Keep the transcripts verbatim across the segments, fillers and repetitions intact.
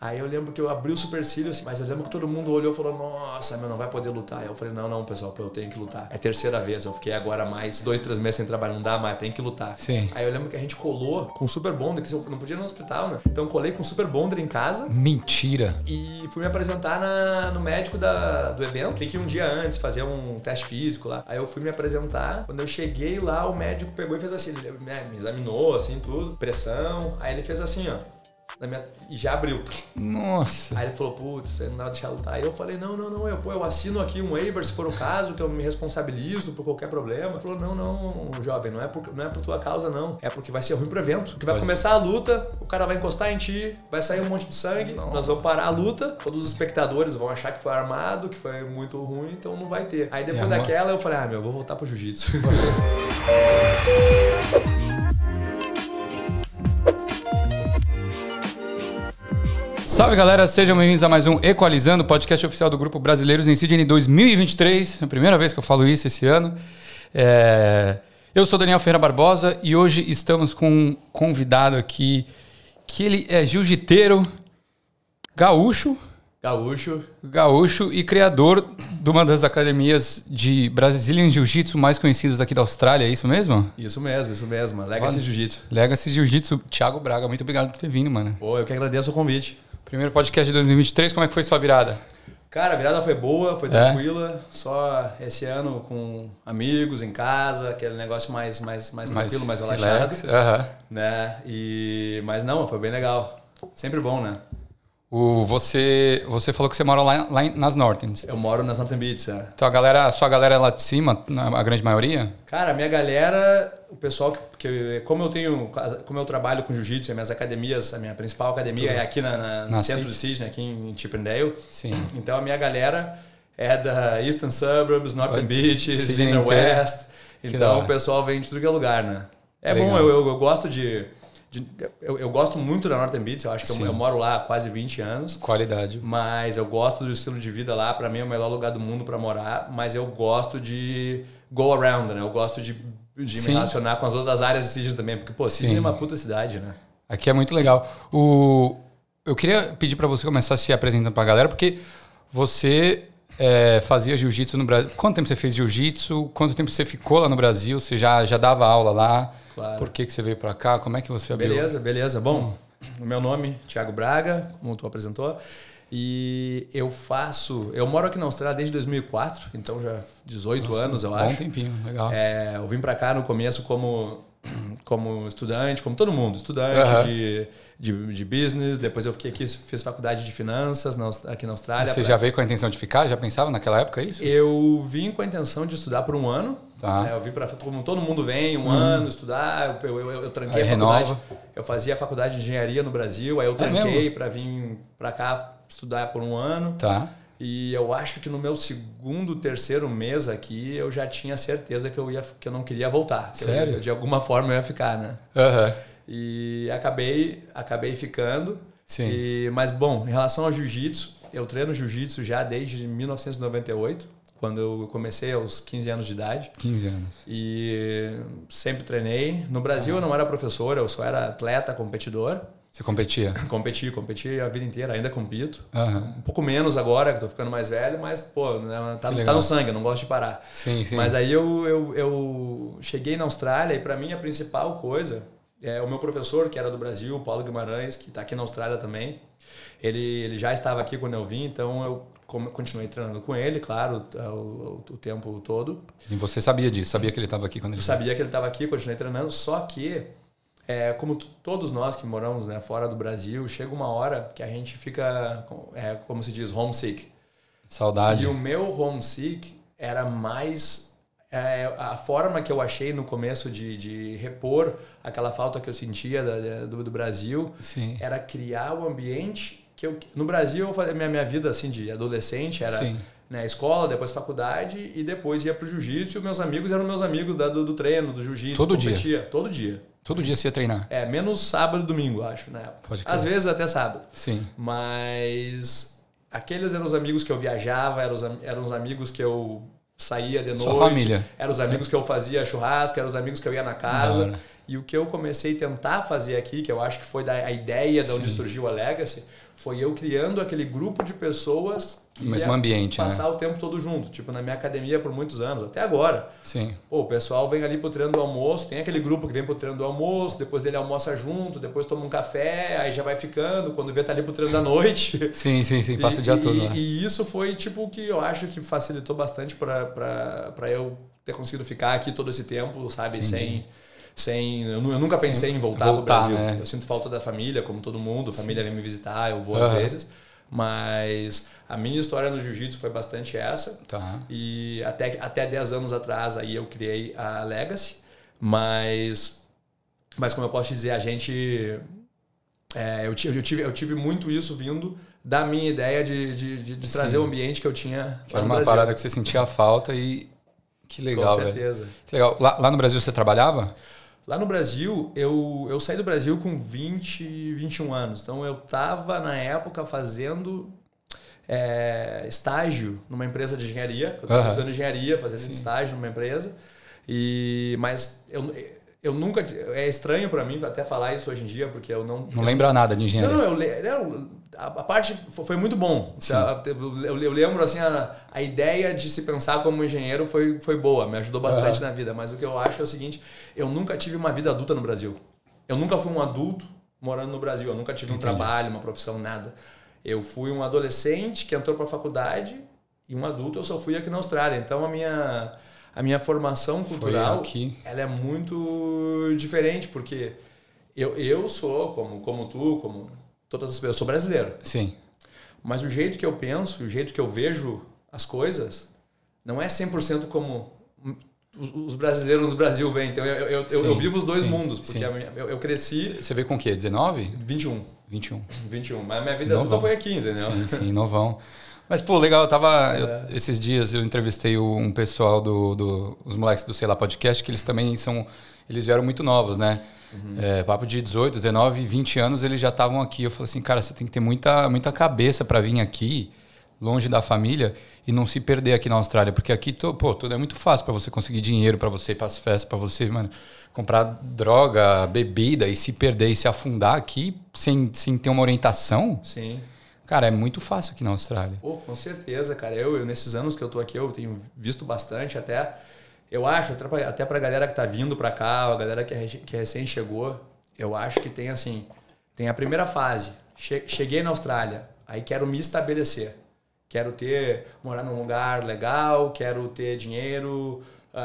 Aí eu lembro que eu abri o supercílio, assim, mas eu lembro que todo mundo olhou e falou, nossa, meu, não vai poder lutar. Aí eu falei, não, não, pessoal, eu tenho que lutar. É a terceira vez, eu fiquei agora mais dois, três meses sem trabalhar, não dá mais, tem que lutar. Sim. Aí eu lembro que a gente colou com Super Bonder, que eu não podia ir no hospital, né? Então eu colei com Super Bonder em casa. Mentira. E fui me apresentar na, no médico da, do evento. Tem que ir um dia antes, fazer um teste físico lá. Aí eu fui me apresentar. Quando eu cheguei lá, o médico pegou e fez assim, ele me examinou, assim, tudo, pressão. Aí ele fez assim, ó. Na minha... E já abriu. Nossa. Aí ele falou, putz, não dá pra deixar lutar. Aí eu falei, não, não, não, eu, pô, eu assino aqui um waiver se for o caso, que eu me responsabilizo por qualquer problema. Ele falou, não, não, jovem, não é por, não é por tua causa, não. É porque vai ser ruim pro evento. Porque vai começar a luta, o cara vai encostar em ti, vai sair um monte de sangue, não. Nós vamos parar a luta, todos os espectadores vão achar que foi armado, que foi muito ruim, então não vai ter. Aí depois é, daquela eu falei, ah, meu, eu vou voltar pro jiu-jitsu. Salve galera, sejam bem-vindos a mais um Equalizando, podcast oficial do Grupo Brasileiros em Sydney dois mil e vinte e três. É a primeira vez que eu falo isso esse ano. É... Eu sou Daniel Ferreira Barbosa e hoje estamos com um convidado aqui que ele é jiu-jiteiro, gaúcho, Gaúcho. gaúcho e criador de uma das academias de Brazilian Jiu-Jitsu mais conhecidas aqui da Austrália, é isso mesmo? Isso mesmo, isso mesmo. Legacy Jiu-Jitsu. Legacy Jiu-Jitsu. Thiago Braga, muito obrigado por ter vindo, mano. Pô, eu que agradeço o convite. Primeiro podcast de dois mil e vinte e três, como é que foi sua virada? Cara, a virada foi boa, foi tranquila. É. Só esse ano com amigos em casa, aquele negócio mais, mais, mais, mais tranquilo, mais relaxado. Uhum. Né? E... Mas não, foi bem legal. Sempre bom, né? O, você, você falou que você mora lá, lá nas Nortons. Eu moro nas Northern Beach, é. Então a, galera, a sua galera é lá de cima, a grande maioria? Cara, a minha galera, o pessoal que, que como eu tenho, como eu trabalho com jiu-jitsu, as minhas academias, a minha principal academia Tudo. é aqui na, na, no na centro City. de Sydney, aqui em Chippendale. Sim. Então a minha galera é da Eastern Suburbs, Northern Beach, Inner West. Então o pessoal vem de tudo que é lugar, né? É Legal. bom, eu, eu, eu gosto de... Eu, eu gosto muito da Northern Beach, eu acho que eu, eu moro lá há quase vinte anos. Qualidade. Mas eu gosto do estilo de vida lá, pra mim é o melhor lugar do mundo pra morar, mas eu gosto de go around, né? Eu gosto de, de me relacionar com as outras áreas de Sydney também, porque, pô, Sydney Sim. é uma puta cidade, né? Aqui é muito legal. O... Eu queria pedir pra você começar se apresentando pra galera, porque você é, fazia jiu-jitsu no Brasil. Quanto tempo você fez jiu-jitsu? Quanto tempo você ficou lá no Brasil? Você já, já dava aula lá? Claro. Por que, que você veio para cá? Como é que você abriu? Beleza, beleza. Bom, hum. o meu nome é Thiago Braga, como tu apresentou. E eu faço... Eu moro aqui na Austrália desde dois mil e quatro, então já dezoito Nossa, anos, eu bom acho. Bom tempinho, legal. É, eu vim para cá no começo como, como estudante, como todo mundo. Estudante uh-huh. de, de, de business, depois eu fiquei aqui, fiz faculdade de finanças na, aqui na Austrália. Você pra... já veio com a intenção de ficar? Já pensava naquela época isso? Eu vim com a intenção de estudar por um ano. Tá. É, eu vim para como todo mundo vem, um hum. ano estudar, eu, eu, eu, eu tranquei aí a faculdade. Renova. Eu fazia a faculdade de engenharia no Brasil, aí eu tranquei é para vir para cá estudar por um ano. Tá. E eu acho que no meu segundo, terceiro mês aqui, eu já tinha certeza que eu, ia, que eu não queria voltar. Que Sério? Eu, de alguma forma eu ia ficar, né? Uhum. E acabei, acabei ficando. Sim. E, mas, bom, em relação ao jiu-jitsu, eu treino jiu-jitsu já desde mil novecentos e noventa e oito. Quando eu comecei aos quinze anos de idade. quinze anos. E sempre treinei. No Brasil ah. eu não era professor, eu só era atleta, competidor. Você competia? Competi, competi a vida inteira, ainda compito. Uhum. Um pouco menos agora, que eu tô ficando mais velho, mas, pô, tá, tá no sangue, eu não gosto de parar. Sim, sim. Mas aí eu, eu, eu cheguei na Austrália e para mim a principal coisa é o meu professor, que era do Brasil, Paulo Guimarães, que tá aqui na Austrália também. Ele, ele já estava aqui quando eu vim, então eu continuei treinando com ele, claro, o, o, o tempo todo. E você sabia disso? Sabia que ele estava aqui quando ele Eu sabia que ele estava aqui, continuei treinando, só que, é, como t- todos nós que moramos, né, fora do Brasil, chega uma hora que a gente fica, é, como se diz, homesick. Saudade. E o meu homesick era mais... É, a forma que eu achei no começo de, de repor aquela falta que eu sentia da, do, do Brasil Sim. era criar o ambiente... Que eu, no Brasil, eu fazia minha, minha vida assim, de adolescente, era né, escola, depois faculdade e depois ia pro jiu-jitsu e meus amigos eram meus amigos da, do, do treino, do jiu-jitsu. Todo competia, dia? Todo dia. Todo dia você ia treinar? É, menos sábado e domingo, acho, né? Pode crer. Às vezes até sábado. Sim. Mas aqueles eram os amigos que eu viajava, eram os, eram os amigos que eu saía de noite. Sua família. Eram os amigos que eu fazia churrasco, eram os amigos que eu ia na casa. E o que eu comecei a tentar fazer aqui, que eu acho que foi da, a ideia de onde Sim. surgiu a Legacy, foi eu criando aquele grupo de pessoas que no mesmo ambiente, passar né? o tempo todo junto. Tipo, na minha academia por muitos anos, até agora. Sim. Pô, o pessoal vem ali pro treino do almoço, tem aquele grupo que vem pro treino do almoço, depois dele almoça junto, depois toma um café, aí já vai ficando, quando vê tá ali pro treino da noite. Sim, sim, sim, passa e, o dia e, todo lá. E isso foi tipo o que eu acho que facilitou bastante para eu ter conseguido ficar aqui todo esse tempo, sabe? Entendi. Sem... Sem, eu nunca pensei Sim, em voltar, voltar pro Brasil. Né? Eu sinto falta da família, como todo mundo. A família Sim. vem me visitar, eu vou uhum. às vezes. Mas a minha história no jiu-jitsu foi bastante essa. Tá. E até, até dez anos atrás aí eu criei a Legacy. Mas, mas como eu posso te dizer, a gente... É, eu, tive, eu, tive, eu tive muito isso vindo da minha ideia de, de, de, de trazer o ambiente que eu tinha que era uma Brasil. Parada que você sentia falta e... Que legal, velho. Com certeza. Velho. Que legal. Lá, lá no Brasil você trabalhava? Lá no Brasil, eu, eu saí do Brasil com vinte, vinte e um anos. Então, eu estava, na época, fazendo é, estágio numa empresa de engenharia. Eu estava uhum. estudando engenharia, fazendo Sim. estágio numa empresa. E, mas eu, eu nunca... É estranho para mim até falar isso hoje em dia, porque eu não... Não lembra nada de engenharia? Não, não. Eu, eu, a, a parte foi muito bom. Eu, eu lembro, assim, a, a ideia de se pensar como engenheiro foi, foi boa. Me ajudou bastante uhum. na vida. Mas o que eu acho é o seguinte... Eu nunca tive uma vida adulta no Brasil. Eu nunca fui um adulto morando no Brasil. Eu nunca tive Entendi. um trabalho, uma profissão, nada. Eu fui um adolescente que entrou para a faculdade e um adulto eu só fui aqui na Austrália. Então, a minha, a minha formação cultural ela é muito diferente, porque eu, eu sou, como, como tu, como todas as pessoas, eu sou brasileiro. Sim. Mas o jeito que eu penso, o jeito que eu vejo as coisas, não é cem por cento como... os brasileiros do Brasil vêm. Então, eu, eu, sim, eu, eu vivo os dois sim, mundos. Porque a minha, eu, eu cresci... Você veio com o quê? dezenove? vinte e um. vinte e um. vinte e um. Mas a minha vida adulta foi aqui, entendeu? Sim, sim, novão. Mas, pô, legal. Eu tava... É. Eu, esses dias eu entrevistei um pessoal do, do... Os moleques do Sei Lá Podcast, que eles também são... Eles vieram muito novos, né? Uhum. É, papo de dezoito, dezenove, vinte anos, eles já estavam aqui. Eu falei assim, cara, você tem que ter muita, muita cabeça para vir aqui... longe da família e não se perder aqui na Austrália, porque aqui pô, tudo é muito fácil para você conseguir dinheiro, para você ir para as festas, para você, mano, comprar droga, bebida e se perder e se afundar aqui sem, sem ter uma orientação. Sim. Cara, é muito fácil aqui na Austrália. Pô, com certeza, cara. Eu, eu nesses anos que eu tô aqui, eu tenho visto bastante até, eu acho, até para a galera que tá vindo para cá, a galera que, que recém chegou, eu acho que tem assim, tem a primeira fase, cheguei na Austrália, aí quero me estabelecer. Quero ter, morar num lugar legal, quero ter dinheiro,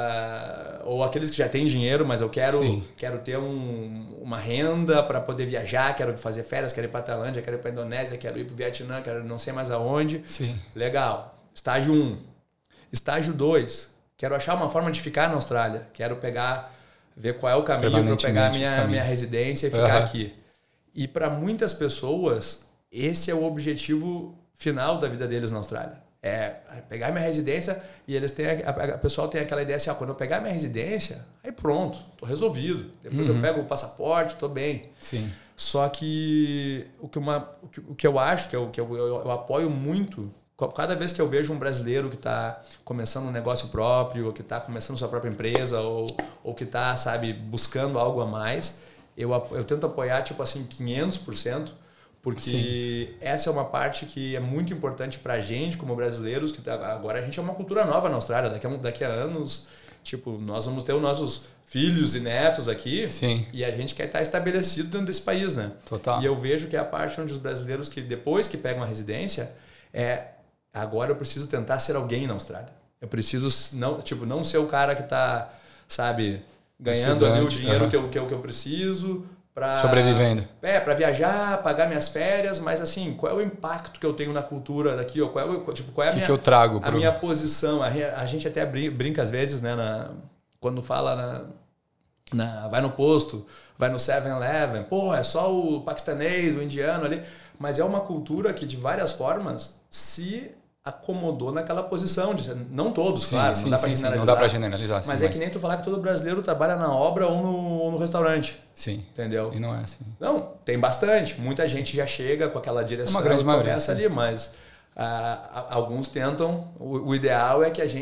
uh, ou aqueles que já têm dinheiro, mas eu quero, quero ter um, uma renda para poder viajar, quero fazer férias, quero ir para a Tailândia, quero ir para a Indonésia, quero ir para o Vietnã, quero não sei mais aonde. Sim. Legal. Estágio um. Estágio dois. Quero achar uma forma de ficar na Austrália. Quero pegar, ver qual é o caminho para eu pegar a minha, minha residência e ficar uhum. aqui. E para muitas pessoas, esse é o objetivo final da vida deles na Austrália. É pegar minha residência e eles têm a, a, a pessoal tem aquela ideia assim, ah, quando eu pegar minha residência, aí pronto, tô resolvido. Depois uhum. eu pego o passaporte, tô bem. Sim. Só que o que, uma, o que, o que eu acho, que, eu, que eu, eu, eu apoio muito, cada vez que eu vejo um brasileiro que está começando um negócio próprio, ou que está começando sua própria empresa, ou, ou que está, sabe, buscando algo a mais, eu, eu tento apoiar, tipo assim, quinhentos por cento, porque Sim. essa é uma parte que é muito importante para a gente, como brasileiros, que tá, agora a gente é uma cultura nova na Austrália. Daqui a, daqui a anos, tipo, nós vamos ter os nossos filhos e netos aqui. Sim. E a gente quer estar estabelecido dentro desse país, né? Total. E eu vejo que é a parte onde os brasileiros, que depois que pegam a residência, é agora eu preciso tentar ser alguém na Austrália. Eu preciso não, tipo, não ser o cara que está, sabe, ganhando ali o dinheiro uhum. que, eu, que, eu, que eu preciso... Pra, sobrevivendo. É, para viajar, pagar minhas férias, mas assim, qual é o impacto que eu tenho na cultura daqui? Ou qual é, o, tipo, qual é a, que minha, que eu trago a pro... minha posição? A, a gente até brinca às vezes, né? Na, quando fala na, na, vai no posto, vai no seven eleven, pô, é só o paquistanês, o indiano ali. Mas é uma cultura que de várias formas se acomodou naquela posição. De, não todos, sim, claro, sim, não dá para sim, generalizar. Não dá para generalizar. Sim, mas é mas... que nem tu falar que todo brasileiro trabalha na obra ou no, ou no restaurante. Sim. Entendeu? E não é assim. Não, tem bastante. Muita gente já chega com aquela direção. Uma grande maioria. Começa ali, mas ah, alguns tentam. O, o ideal é que a gente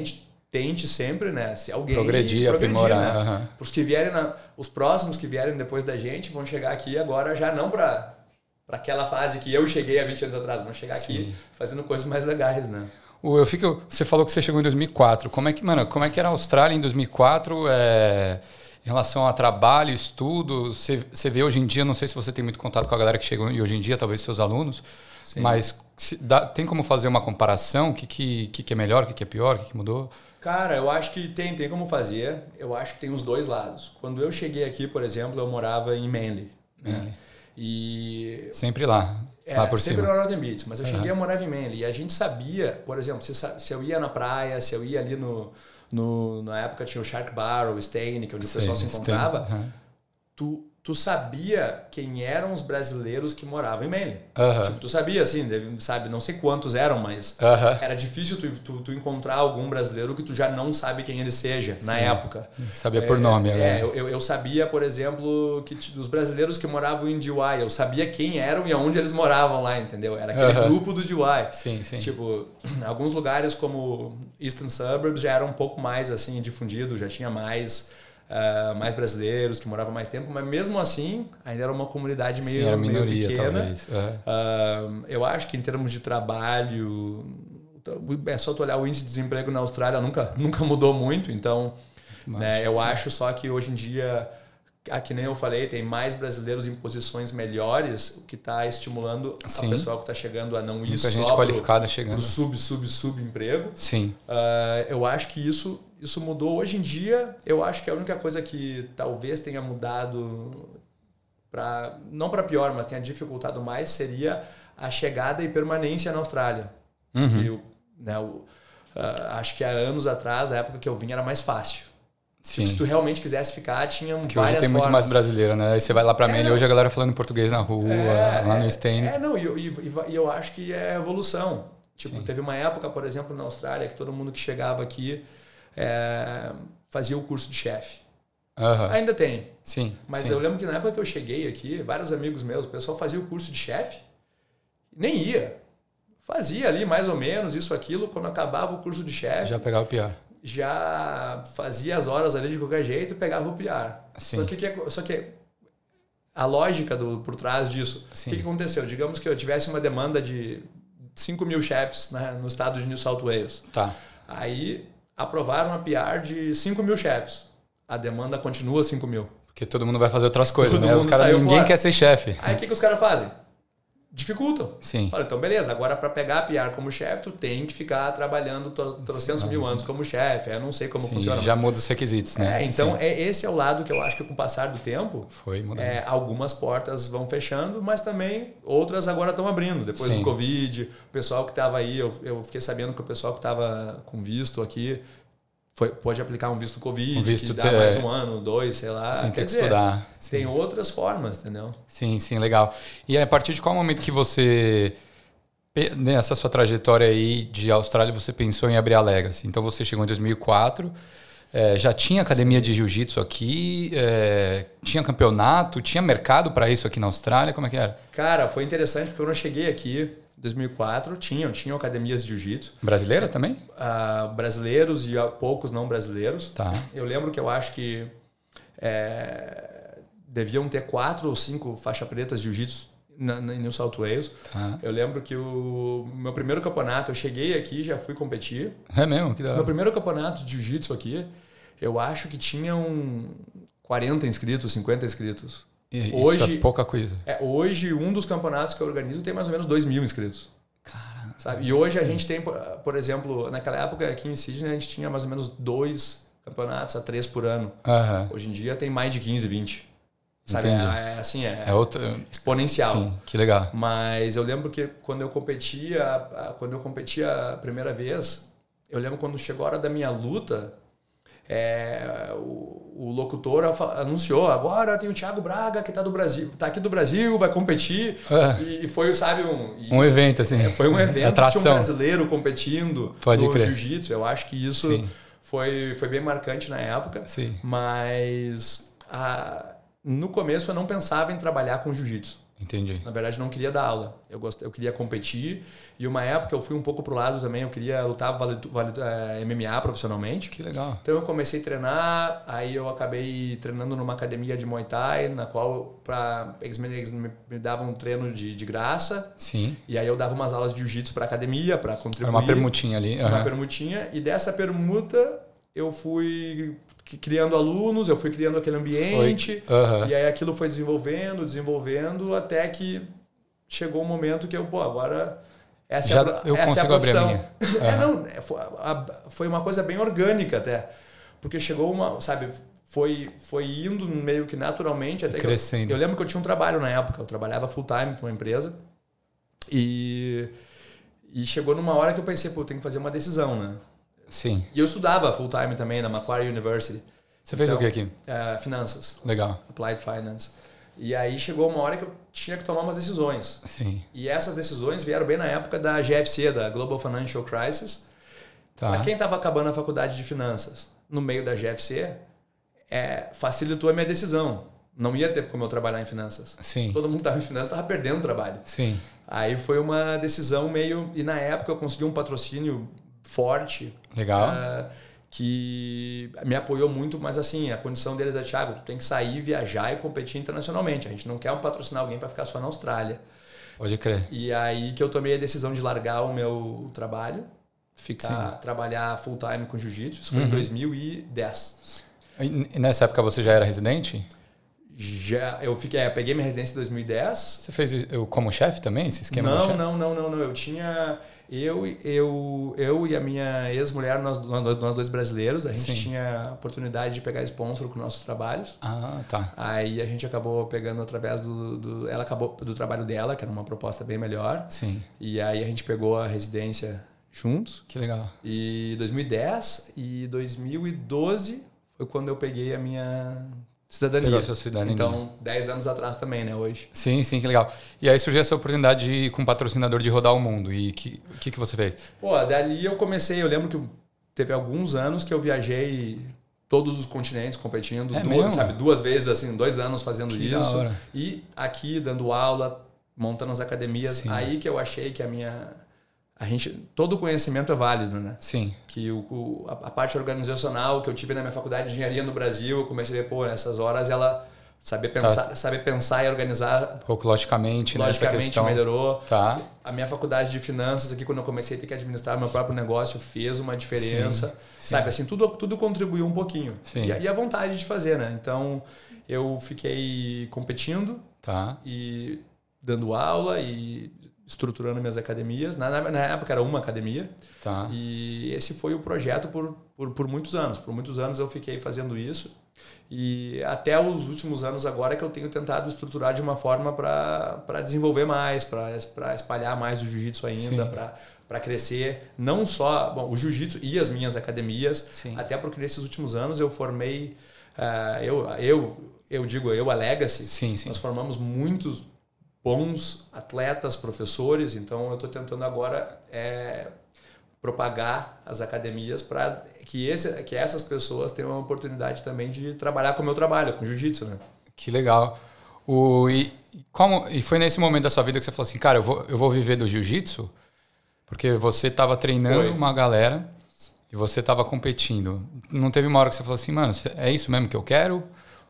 tente sempre, né? Se alguém progredir, aprimorar. Né? Uhum. Os que vierem, na, os próximos que vierem depois da gente vão chegar aqui agora já não para para aquela fase que eu cheguei há vinte anos atrás, vão chegar Sim. aqui fazendo coisas mais legais, né? Eu fico, você falou que você chegou em dois mil e quatro. Como é que, mano, como é que era a Austrália em dois mil e quatro? É, em relação a trabalho, estudo, você, você vê hoje em dia, não sei se você tem muito contato com a galera que chegou e hoje em dia, talvez seus alunos, Sim. mas se, dá, tem como fazer uma comparação? O que, que, que é melhor, o que, que é pior, o que, que mudou? Cara, eu acho que tem, tem como fazer. Eu acho que tem os dois lados. Quando eu cheguei aqui, por exemplo, eu morava em Manly. Manly. Né? E... Sempre lá. É, lá por sempre cima. no Northern Beach, mas eu uhum. cheguei a morar em Manly. E a gente sabia, por exemplo, se, se eu ia na praia, se eu ia ali no... no na época tinha o Shark Bar, o Stanick, onde Sei, o pessoal se encontrava. Uhum. Tu, tu sabia quem eram os brasileiros que moravam em Manly. Uhum. Tipo, tu sabia, assim, sabe, não sei quantos eram, mas uhum. era difícil tu, tu, tu encontrar algum brasileiro que tu já não sabe quem ele seja, Sim. na época. Sabia por nome. É, é eu, eu sabia, por exemplo, que dos brasileiros que moravam em D Y, eu sabia quem eram e aonde eles moravam lá, entendeu? Era aquele uhum. grupo do D Y. Sim, sim. Tipo, alguns lugares como Eastern Suburbs já era um pouco mais, assim, difundido, já tinha mais... Uh, mais brasileiros que moravam mais tempo, mas mesmo assim ainda era uma comunidade meio, Sim, era minoria, meio pequena. Talvez. Uhum. Uh, eu acho que em termos de trabalho, é só tu olhar o índice de desemprego na Austrália, nunca, nunca mudou muito, então né, eu sim. acho só que hoje em dia, que nem eu falei, tem mais brasileiros em posições melhores, o que está estimulando sim. a pessoa que está chegando a não ir Muita só gente qualificada chegando. pro sub, sub, sub emprego. Sim. Uh, eu acho que isso Isso mudou. Hoje em dia, eu acho que a única coisa que talvez tenha mudado, pra, não para pior, mas tenha dificultado mais, seria a chegada e permanência na Austrália. Uhum. Que eu, né, eu, uh, acho que há anos atrás, a época que eu vim, era mais fácil. Sim. Se tu realmente quisesse ficar, tinha que várias hoje tem muito formas. mais brasileiro, né? Aí você vai lá para Manly, é, hoje a galera falando português na rua, é, lá no é, stand. É, não, e, e, e eu acho que é evolução. Tipo, Sim. teve uma época, por exemplo, na Austrália, que todo mundo que chegava aqui É, fazia o curso de chefe. Uhum. Ainda tem. Sim. Mas sim. eu lembro que na época que eu cheguei aqui, vários amigos meus, o pessoal fazia o curso de chefe, nem ia. Fazia ali mais ou menos isso, aquilo, quando acabava o curso de chefe. Já pegava o P R. Já fazia as horas ali de qualquer jeito e pegava o P R. Sim. Só que, só que a lógica do, por trás disso, o que, que aconteceu? Digamos que eu tivesse uma demanda de cinco mil chefes, né, no estado de New South Wales. Tá. Aí aprovaram a P R de cinco mil chefes. A demanda continua cinco mil. Porque todo mundo vai fazer outras coisas, todo né? Os cara, ninguém fora. Quer ser chefe. Aí o que, que os caras fazem? Dificultam. Sim. Olha, então beleza, agora para pegar a P R como chefe, tu tem que ficar trabalhando trocentos mil anos como chefe. Eu não sei como Sim, funciona. Já muda os requisitos, né? É, então Sim. é, esse é o lado que eu acho que com o passar do tempo, Foi mudando. É, algumas portas vão fechando, mas também outras agora estão abrindo. Depois Sim. do Covid, o pessoal que estava aí, eu, eu fiquei sabendo que o pessoal que estava com visto aqui Foi, pode aplicar um visto Covid, um visto que dá ter, mais um ano, dois, sei lá. Sim, Quer tem que dizer, estudar. Tem sim. outras formas, entendeu? Sim, sim, legal. E a partir de qual momento que você, nessa sua trajetória aí de Austrália, você pensou em abrir a Legacy? Então você chegou em dois mil e quatro, é, já tinha academia sim. de jiu-jitsu aqui, é, tinha campeonato, tinha mercado para isso aqui na Austrália? Como é que era? Cara, foi interessante porque quando eu cheguei aqui, em dois mil e quatro, tinham, tinham academias de jiu-jitsu. Brasileiras também? Uh, brasileiros e poucos não brasileiros. Tá. Eu lembro que eu acho que é, deviam ter quatro ou cinco faixa pretas de jiu-jitsu na, na, em New South Wales. Tá. Eu lembro que o meu primeiro campeonato, eu cheguei aqui, já fui competir. É mesmo? Que da hora. Meu primeiro campeonato de jiu-jitsu aqui, eu acho que tinham quarenta inscritos, cinquenta inscritos. Isso hoje, é pouca coisa. É, hoje, um dos campeonatos que eu organizo tem mais ou menos dois mil inscritos. Caramba. Sabe? E hoje sim. a gente tem, por exemplo, naquela época aqui em Sydney, a gente tinha mais ou menos dois campeonatos a três por ano. Uhum. Hoje em dia tem mais de quinze, vinte. Sabe? É, é assim, é, é outra... exponencial. Sim, que legal. Mas eu lembro que quando eu competia, quando eu competia a primeira vez, eu lembro quando chegou a hora da minha luta, É, o, o locutor anunciou, agora tem o Thiago Braga que está do Brasil, tá aqui do Brasil, vai competir. É. E, e foi, sabe, um... Um isso, evento, assim. É, foi um evento Atração. Tinha um brasileiro competindo Pode no crer. jiu-jitsu. Eu acho que isso foi, foi bem marcante na época. Sim. Mas a, no começo eu não pensava em trabalhar com jiu-jitsu. Entendi. Na verdade, não queria dar aula. Eu, gost... eu queria competir. E uma época eu fui um pouco pro lado também. Eu queria lutar vale... Vale... É, M M A profissionalmente. Que legal. Então eu comecei a treinar. Aí eu acabei treinando numa academia de Muay Thai, na qual pra... eles, me... eles me davam um treino de, de graça. Sim. E aí eu dava umas aulas de jiu-jitsu pra academia, pra contribuir. Era uma permutinha ali. Uma Uhum. permutinha. E dessa permuta eu fui criando alunos, eu fui criando aquele ambiente. Uhum. E aí aquilo foi desenvolvendo, desenvolvendo, até que chegou um momento que eu, pô, agora essa Já é a, eu essa consigo é a profissão. abrir a minha. É, Uhum. não, foi, a, foi uma coisa bem orgânica até. Porque chegou uma, sabe, foi, foi indo meio que naturalmente. Até crescendo. Que eu, eu lembro que eu tinha um trabalho na época, eu trabalhava full time para uma empresa. E, e chegou numa hora que eu pensei, pô, eu tenho que fazer uma decisão, né? Sim. E eu estudava full time também na Macquarie University. Você fez então, o que aqui? É, finanças. Legal. Applied Finance. E aí chegou uma hora que eu tinha que tomar umas decisões. Sim. E essas decisões vieram bem na época da G F C, da Global Financial Crisis. Tá. Para quem estava acabando a faculdade de finanças no meio da G F C, é, facilitou a minha decisão. Não ia ter como eu trabalhar em finanças. Sim. Todo mundo que estava em finanças estava perdendo o trabalho. Sim. Aí foi uma decisão meio... E na época eu consegui um patrocínio forte. Legal. Uh, que me apoiou muito, mas assim, a condição deles é, Thiago, tu tem que sair, viajar e competir internacionalmente. A gente não quer patrocinar alguém para ficar só na Austrália. Pode crer. E aí que eu tomei a decisão de largar o meu trabalho, ficar, Sim. trabalhar full time com jiu-jitsu. Isso foi uhum. em dois mil e dez. E nessa época você já era residente? Já, eu fiquei, é, peguei minha residência em dois mil e dez. Você fez eu como chefe também, esse esquema? Não, não, não, não, não. Eu tinha... Eu, eu, eu e a minha ex-mulher, nós, nós dois brasileiros, a gente Sim. tinha a oportunidade de pegar sponsor com nossos trabalhos. Ah, tá. Aí a gente acabou pegando através do, do... Ela acabou do trabalho dela, que era uma proposta bem melhor. Sim. E aí a gente pegou a residência juntos. Que legal. E dois mil e dez e dois mil e doze foi quando eu peguei a minha... cidadania. Pegou a sua cidadania. Então, dez anos atrás também, né, hoje. Sim, sim, que legal. E aí surgiu essa oportunidade de ir com um patrocinador de rodar o mundo. E o que, que, que você fez? Pô, dali eu comecei, eu lembro que teve alguns anos que eu viajei todos os continentes competindo, é duas, sabe, duas vezes, assim, dois anos fazendo que isso. Da hora. E aqui, dando aula, montando as academias. Sim. Aí que eu achei que a minha... A gente, todo o conhecimento é válido, né? Sim. Que o, o, a, a parte organizacional que eu tive na minha faculdade de engenharia no Brasil, eu comecei a ver, pô, nessas horas ela saber pensar, tá. saber pensar e organizar. Pouco logicamente, logicamente nessa questão. melhorou. Tá. A minha faculdade de finanças aqui, quando eu comecei a ter que administrar meu próprio negócio, fez uma diferença. Sim. Sim. Sabe, assim, tudo, tudo contribuiu um pouquinho. Sim. E, e a vontade de fazer, né? Então, eu fiquei competindo tá. e dando aula e estruturando minhas academias. Na, na, na época era uma academia. Tá. E esse foi o projeto por, por, por muitos anos. Por muitos anos eu fiquei fazendo isso. E até os últimos anos agora que eu tenho tentado estruturar de uma forma para desenvolver mais, para espalhar mais o jiu-jitsu ainda, para crescer. Não só bom, o jiu-jitsu e as minhas academias. Sim. Até porque nesses últimos anos eu formei... Uh, eu, eu, eu digo eu, a Legacy. Sim, sim. Nós formamos muitos bons atletas, professores, então eu estou tentando agora é, propagar as academias para que, esse, que essas pessoas tenham a oportunidade também de trabalhar com o meu trabalho, com jiu-jitsu, né? Que legal. O, e, como, e foi nesse momento da sua vida que você falou assim, cara, eu vou, eu vou viver do jiu-jitsu? Porque você estava treinando foi. uma galera e você estava competindo. Não teve uma hora que você falou assim, mano, é isso mesmo que eu quero?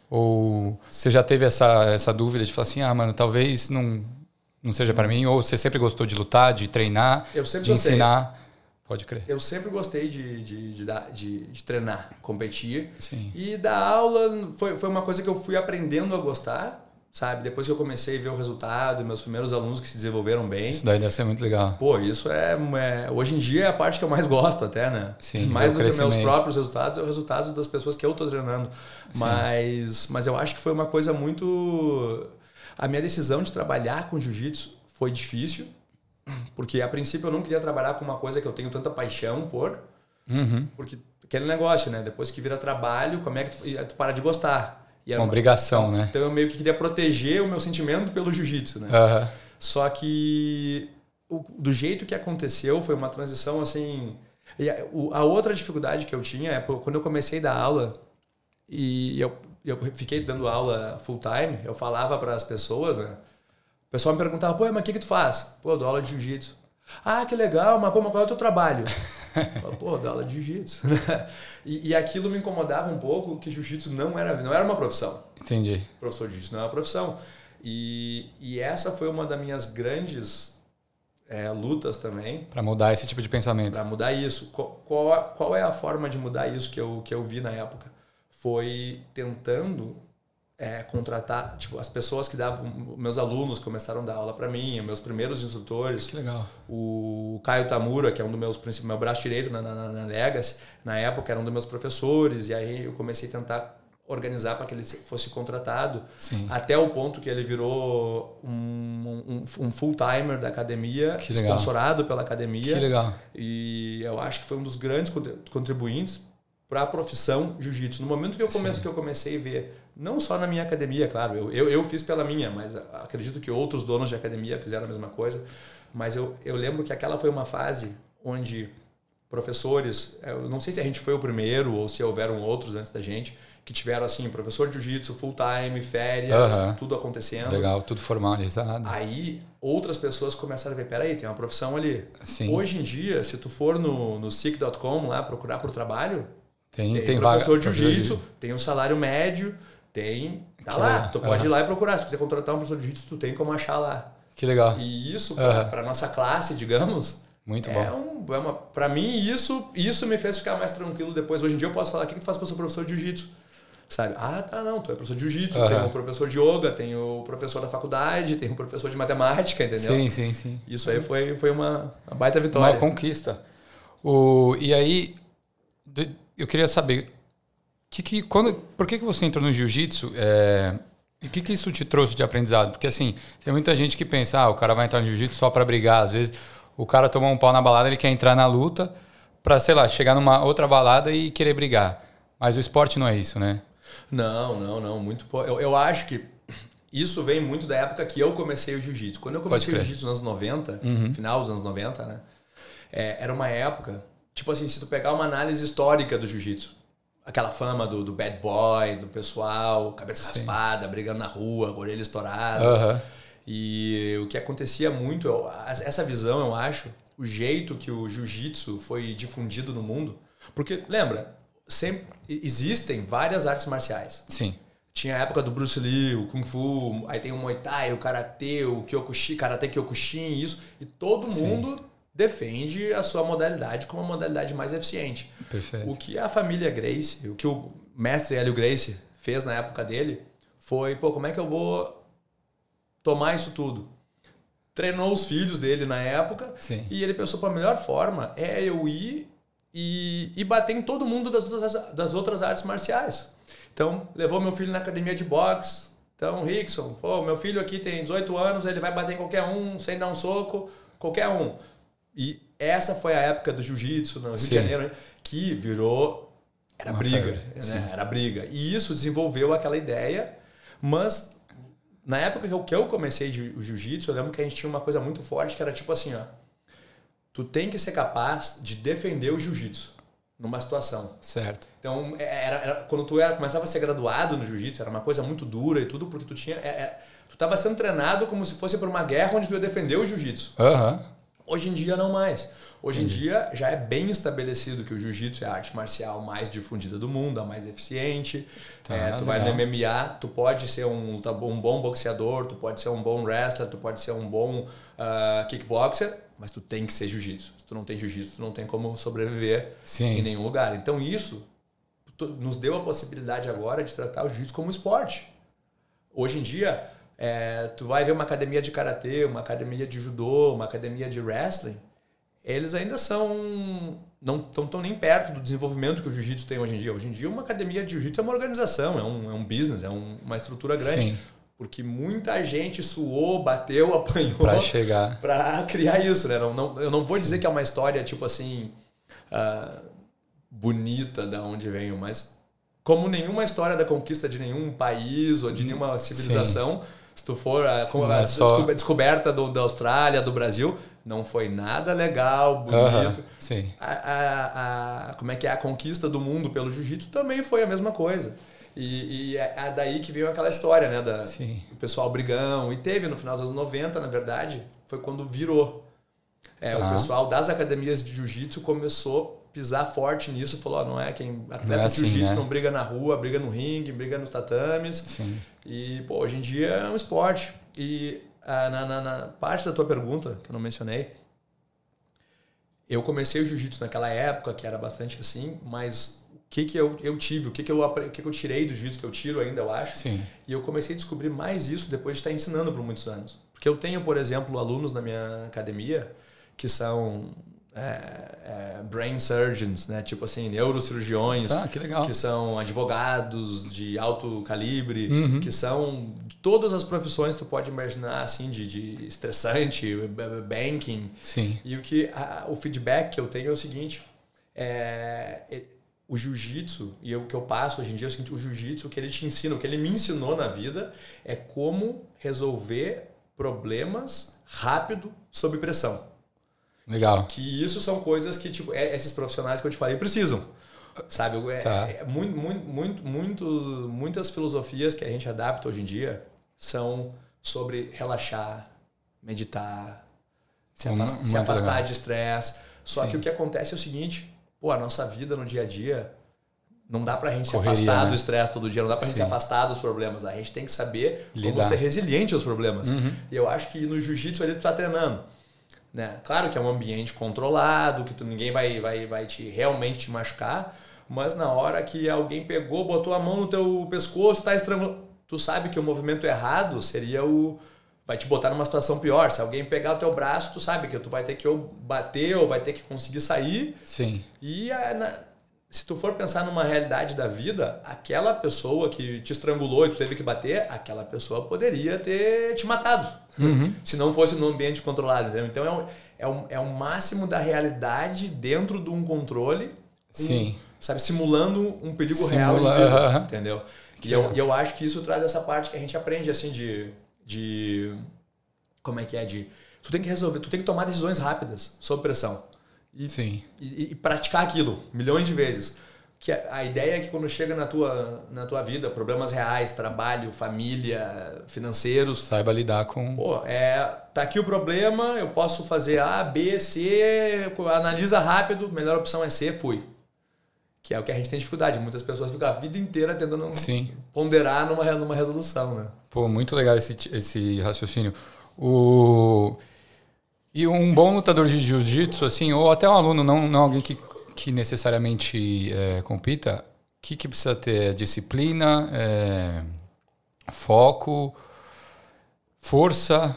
Ou você já teve essa, essa dúvida de falar assim, ah, mano, talvez não, não seja para mim? Ou você sempre gostou de lutar, de treinar, eu sempre de gostei. ensinar? Pode crer. Eu sempre gostei de, de, de, de, de treinar, competir. Sim. E dar aula foi, foi uma coisa que eu fui aprendendo a gostar, sabe? Depois que eu comecei a ver o resultado, meus primeiros alunos que se desenvolveram bem. Isso daí deve ser muito legal. Pô, isso é, é... Hoje em dia é a parte que eu mais gosto até, né? Sim, mais do que meus próprios resultados, é os resultados das pessoas que eu tô treinando. Mas, mas eu acho que foi uma coisa muito... A minha decisão de trabalhar com jiu-jitsu foi difícil, porque a princípio eu não queria trabalhar com uma coisa que eu tenho tanta paixão por, uhum. porque aquele negócio, né? Depois que vira trabalho, como é que tu, tu para de gostar? E uma, uma obrigação, então, né? Então eu meio que queria proteger o meu sentimento pelo jiu-jitsu, né? Uhum. Só que o, do jeito que aconteceu foi uma transição assim... E a, o, a outra dificuldade que eu tinha é quando eu comecei a dar aula e eu, eu fiquei dando aula full time, eu falava para as pessoas, né? O pessoal me perguntava, pô, mas o que que tu faz? Pô, eu dou aula de jiu-jitsu. Ah, que legal, mas pô, mas qual é o teu trabalho? Eu falo, pô, dou aula de jiu-jitsu. e, e aquilo me incomodava um pouco, que jiu-jitsu não era, não era uma profissão. Entendi. Professor de jiu-jitsu não é uma profissão. E, e essa foi uma das minhas grandes é, lutas também. Para mudar esse tipo de pensamento. Para mudar isso. Qual, qual, qual é a forma de mudar isso que eu, que eu vi na época? Foi tentando é, contratar, tipo, as pessoas que davam, meus alunos começaram a dar aula para mim, meus primeiros instrutores. Que legal. O Caio Tamura, que é um dos meus principais, meu braço direito na, na, na Legacy, na época era um dos meus professores, e aí eu comecei a tentar organizar para que ele fosse contratado. Sim. Até o ponto que ele virou um, um, um full-timer da academia, que legal. Sponsorado pela academia. Que legal. E eu acho que foi um dos grandes contribuintes para a profissão jiu-jitsu. No momento que eu, comecei, que eu comecei a ver, não só na minha academia, claro, eu, eu, eu fiz pela minha, mas acredito que outros donos de academia fizeram a mesma coisa, mas eu, eu lembro que aquela foi uma fase onde professores, eu não sei se a gente foi o primeiro ou se houveram outros antes da gente, que tiveram assim, professor de jiu-jitsu, full time, férias, uh-huh. tudo acontecendo. Legal, tudo formalizado. Aí outras pessoas começaram a ver, peraí, tem uma profissão ali. Sim. Hoje em dia, se tu for no, no sick ponto com lá procurar por trabalho, tem, tem, tem professor vaga, de jiu-jitsu, tem um salário médio, tem... Tá que lá, legal. tu pode uh-huh. ir lá e procurar. Se tu quiser contratar um professor de jiu-jitsu, tu tem como achar lá. Que legal. E isso, uh-huh. para nossa classe, digamos... Muito é bom. Um, é uma, pra mim, isso, isso me fez ficar mais tranquilo depois. Hoje em dia eu posso falar, o que tu faz para ser professor de jiu-jitsu? Sabe? Ah, tá, não, tu é professor de jiu-jitsu, uhum. tem o professor de yoga, tem o professor da faculdade, tem o professor de matemática, entendeu? Sim, sim, sim. Isso aí foi, foi uma, uma baita vitória. Uma conquista. O, e aí, eu queria saber, que, que, quando, por que, que você entrou no jiu-jitsu é, e o que, que isso te trouxe de aprendizado? Porque assim, tem muita gente que pensa, ah, o cara vai entrar no jiu-jitsu só para brigar. Às vezes o cara tomou um pau na balada, ele quer entrar na luta para, sei lá, chegar numa outra balada e querer brigar. Mas o esporte não é isso, né? Não, não, não. Muito eu, eu acho que isso vem muito da época que eu comecei o jiu-jitsu. Quando eu comecei o jiu-jitsu nos anos noventa, uhum. final dos anos noventa, né? É, era uma época, tipo assim, se tu pegar uma análise histórica do jiu-jitsu, aquela fama do, do bad boy, do pessoal, cabeça Sim. raspada, brigando na rua, orelha estourada. Uhum. E o que acontecia muito, eu, essa visão, eu acho, o jeito que o jiu-jitsu foi difundido no mundo. Porque, lembra, sempre existem várias artes marciais. Sim. Tinha a época do Bruce Lee, o Kung Fu, aí tem o Muay Thai, o Karatê, o Kyokushin, Karate Kyokushin, isso. E todo Sim. mundo defende a sua modalidade como a modalidade mais eficiente. Perfeito. O que a família Gracie, o que o mestre Hélio Gracie fez na época dele, foi, pô, como é que eu vou tomar isso tudo? Treinou os filhos dele na época. Sim. E ele pensou, pô, a melhor forma é eu ir e, e bater em todo mundo das outras, das outras artes marciais. Então, levou meu filho na academia de boxe. Então, Rickson, pô, meu filho aqui tem dezoito anos, ele vai bater em qualquer um, sem dar um soco, qualquer um. E essa foi a época do jiu-jitsu no Rio Sim. de Janeiro, né, que virou... Era Uma briga, febre, né? Era briga. E isso desenvolveu aquela ideia, mas na época que eu comecei o jiu-jitsu, eu lembro que a gente tinha uma coisa muito forte, que era tipo assim, ó, tu tem que ser capaz de defender o jiu-jitsu numa situação. Certo. Então, era, era, quando tu era, começava a ser graduado no jiu-jitsu, era uma coisa muito dura e tudo, porque tu tinha... É, é, tu estava sendo treinado como se fosse por uma guerra onde tu ia defender o jiu-jitsu. Aham. Uhum. Hoje em dia não mais. Hoje Entendi. em dia já é bem estabelecido que o jiu-jitsu é a arte marcial mais difundida do mundo, a mais eficiente. Tá, é, tu legal. vai no M M A, tu pode ser um, um bom boxeador, tu pode ser um bom wrestler, tu pode ser um bom uh, kickboxer, mas tu tem que ser jiu-jitsu. Se tu não tem jiu-jitsu, tu não tem como sobreviver Sim. em nenhum lugar. Então isso tu, nos deu a possibilidade agora de tratar o jiu-jitsu como esporte. Hoje em dia... É, tu vai ver uma academia de karatê, uma academia de judô, uma academia de wrestling, eles ainda são... não estão nem perto do desenvolvimento que o jiu-jitsu tem hoje em dia. Hoje em dia uma academia de jiu-jitsu é uma organização, é um, é um business, é um, uma estrutura grande. Sim. Porque muita gente suou, bateu, apanhou para chegar, para criar isso, né? Não, não, eu não vou Sim. dizer que é uma história tipo assim uh, bonita da onde venho, mas como nenhuma história da conquista de nenhum país ou de nenhuma civilização... Sim. Se tu for a, Sim, a, a só... descoberta do, da Austrália, do Brasil, não foi nada legal, bonito. Uh-huh. Sim. A, a, a, como é que é? A conquista do mundo pelo jiu-jitsu também foi a mesma coisa. E, e é daí que veio aquela história, né? Da, Sim. o pessoal brigão. E teve no final dos anos noventa, na verdade, foi quando virou. É, tá. O pessoal das academias de jiu-jitsu começou a pisar forte nisso. Falou, ó, não é quem atleta não é assim, de jiu-jitsu né? não briga na rua, briga no ringue, briga nos tatames. Sim. E, pô, hoje em dia é um esporte. E ah, na, na, na parte da tua pergunta, que eu não mencionei, eu comecei o jiu-jitsu naquela época, que era bastante assim, mas o que que eu, eu tive, o que que eu, o que que eu tirei do jiu-jitsu, que eu tiro ainda, eu acho. Sim. E eu comecei a descobrir mais isso depois de estar ensinando por muitos anos. Porque eu tenho, por exemplo, alunos na minha academia que são é, é, brain surgeons, né? Tipo assim, neurocirurgiões, Ah, que legal. que são advogados de alto calibre, uhum. que são de todas as profissões que tu pode imaginar, assim, de, de estressante, banking. Sim. E o, que, a, o feedback que eu tenho é o seguinte, é, o jiu-jitsu, e o que eu passo hoje em dia é o seguinte, o jiu-jitsu, o que ele te ensina, o que ele me ensinou na vida é como resolver problemas rápido sob pressão. Legal. Que isso são coisas que, tipo, é, esses profissionais que eu te falei precisam. Sabe? É, tá. é muito, muito, muito, muito, muitas filosofias que a gente adapta hoje em dia são sobre relaxar, meditar, se, Hum, afastar, se afastar legal. de estresse. Só Sim. que o que acontece é o seguinte, pô, a nossa vida no dia a dia não dá pra gente Correria, se afastar né? do estresse todo dia, não dá pra Sim. gente se afastar dos problemas. A gente tem que saber Lidar. como ser resiliente aos problemas. Uhum. E eu acho que no jiu-jitsu ali tu tá treinando. Né? Claro que é um ambiente controlado, que tu, ninguém vai, vai, vai te, realmente te machucar, mas na hora que alguém pegou, botou a mão no teu pescoço, tá estrangulando, tu sabe que o movimento errado seria o... vai te botar numa situação pior. Se alguém pegar o teu braço, tu sabe que tu vai ter que ou bater ou vai ter que conseguir sair. Sim. E a, na, se tu for pensar numa realidade da vida, aquela pessoa que te estrangulou e tu teve que bater, aquela pessoa poderia ter te matado. Uhum. Se não fosse num ambiente controlado. Entendeu? Então é o, é, o, é o máximo da realidade dentro de um controle. Sim. Um, sabe, simulando um perigo Simula, real de vida. uh-huh. Entendeu? Que E eu, e eu acho que isso traz essa parte que a gente aprende assim de... de como é que é? De, tu tem que resolver, tu tem que tomar decisões rápidas, sob pressão. E, Sim. E, e praticar aquilo milhões de vezes. Que a, a ideia é que quando chega na tua, na tua vida, problemas reais, trabalho, família, financeiros... Saiba lidar com... Pô, é, tá aqui o problema, eu posso fazer A, B, C, analisa rápido, melhor opção é C, fui. Que é o que a gente tem dificuldade. Muitas pessoas ficam a vida inteira tentando Sim. ponderar numa, numa resolução, né? Pô, muito legal esse, esse raciocínio. O... E um bom lutador de jiu-jitsu, assim, ou até um aluno, não, não alguém que, que necessariamente é, compita, o que, que precisa ter? Disciplina, é, foco, força,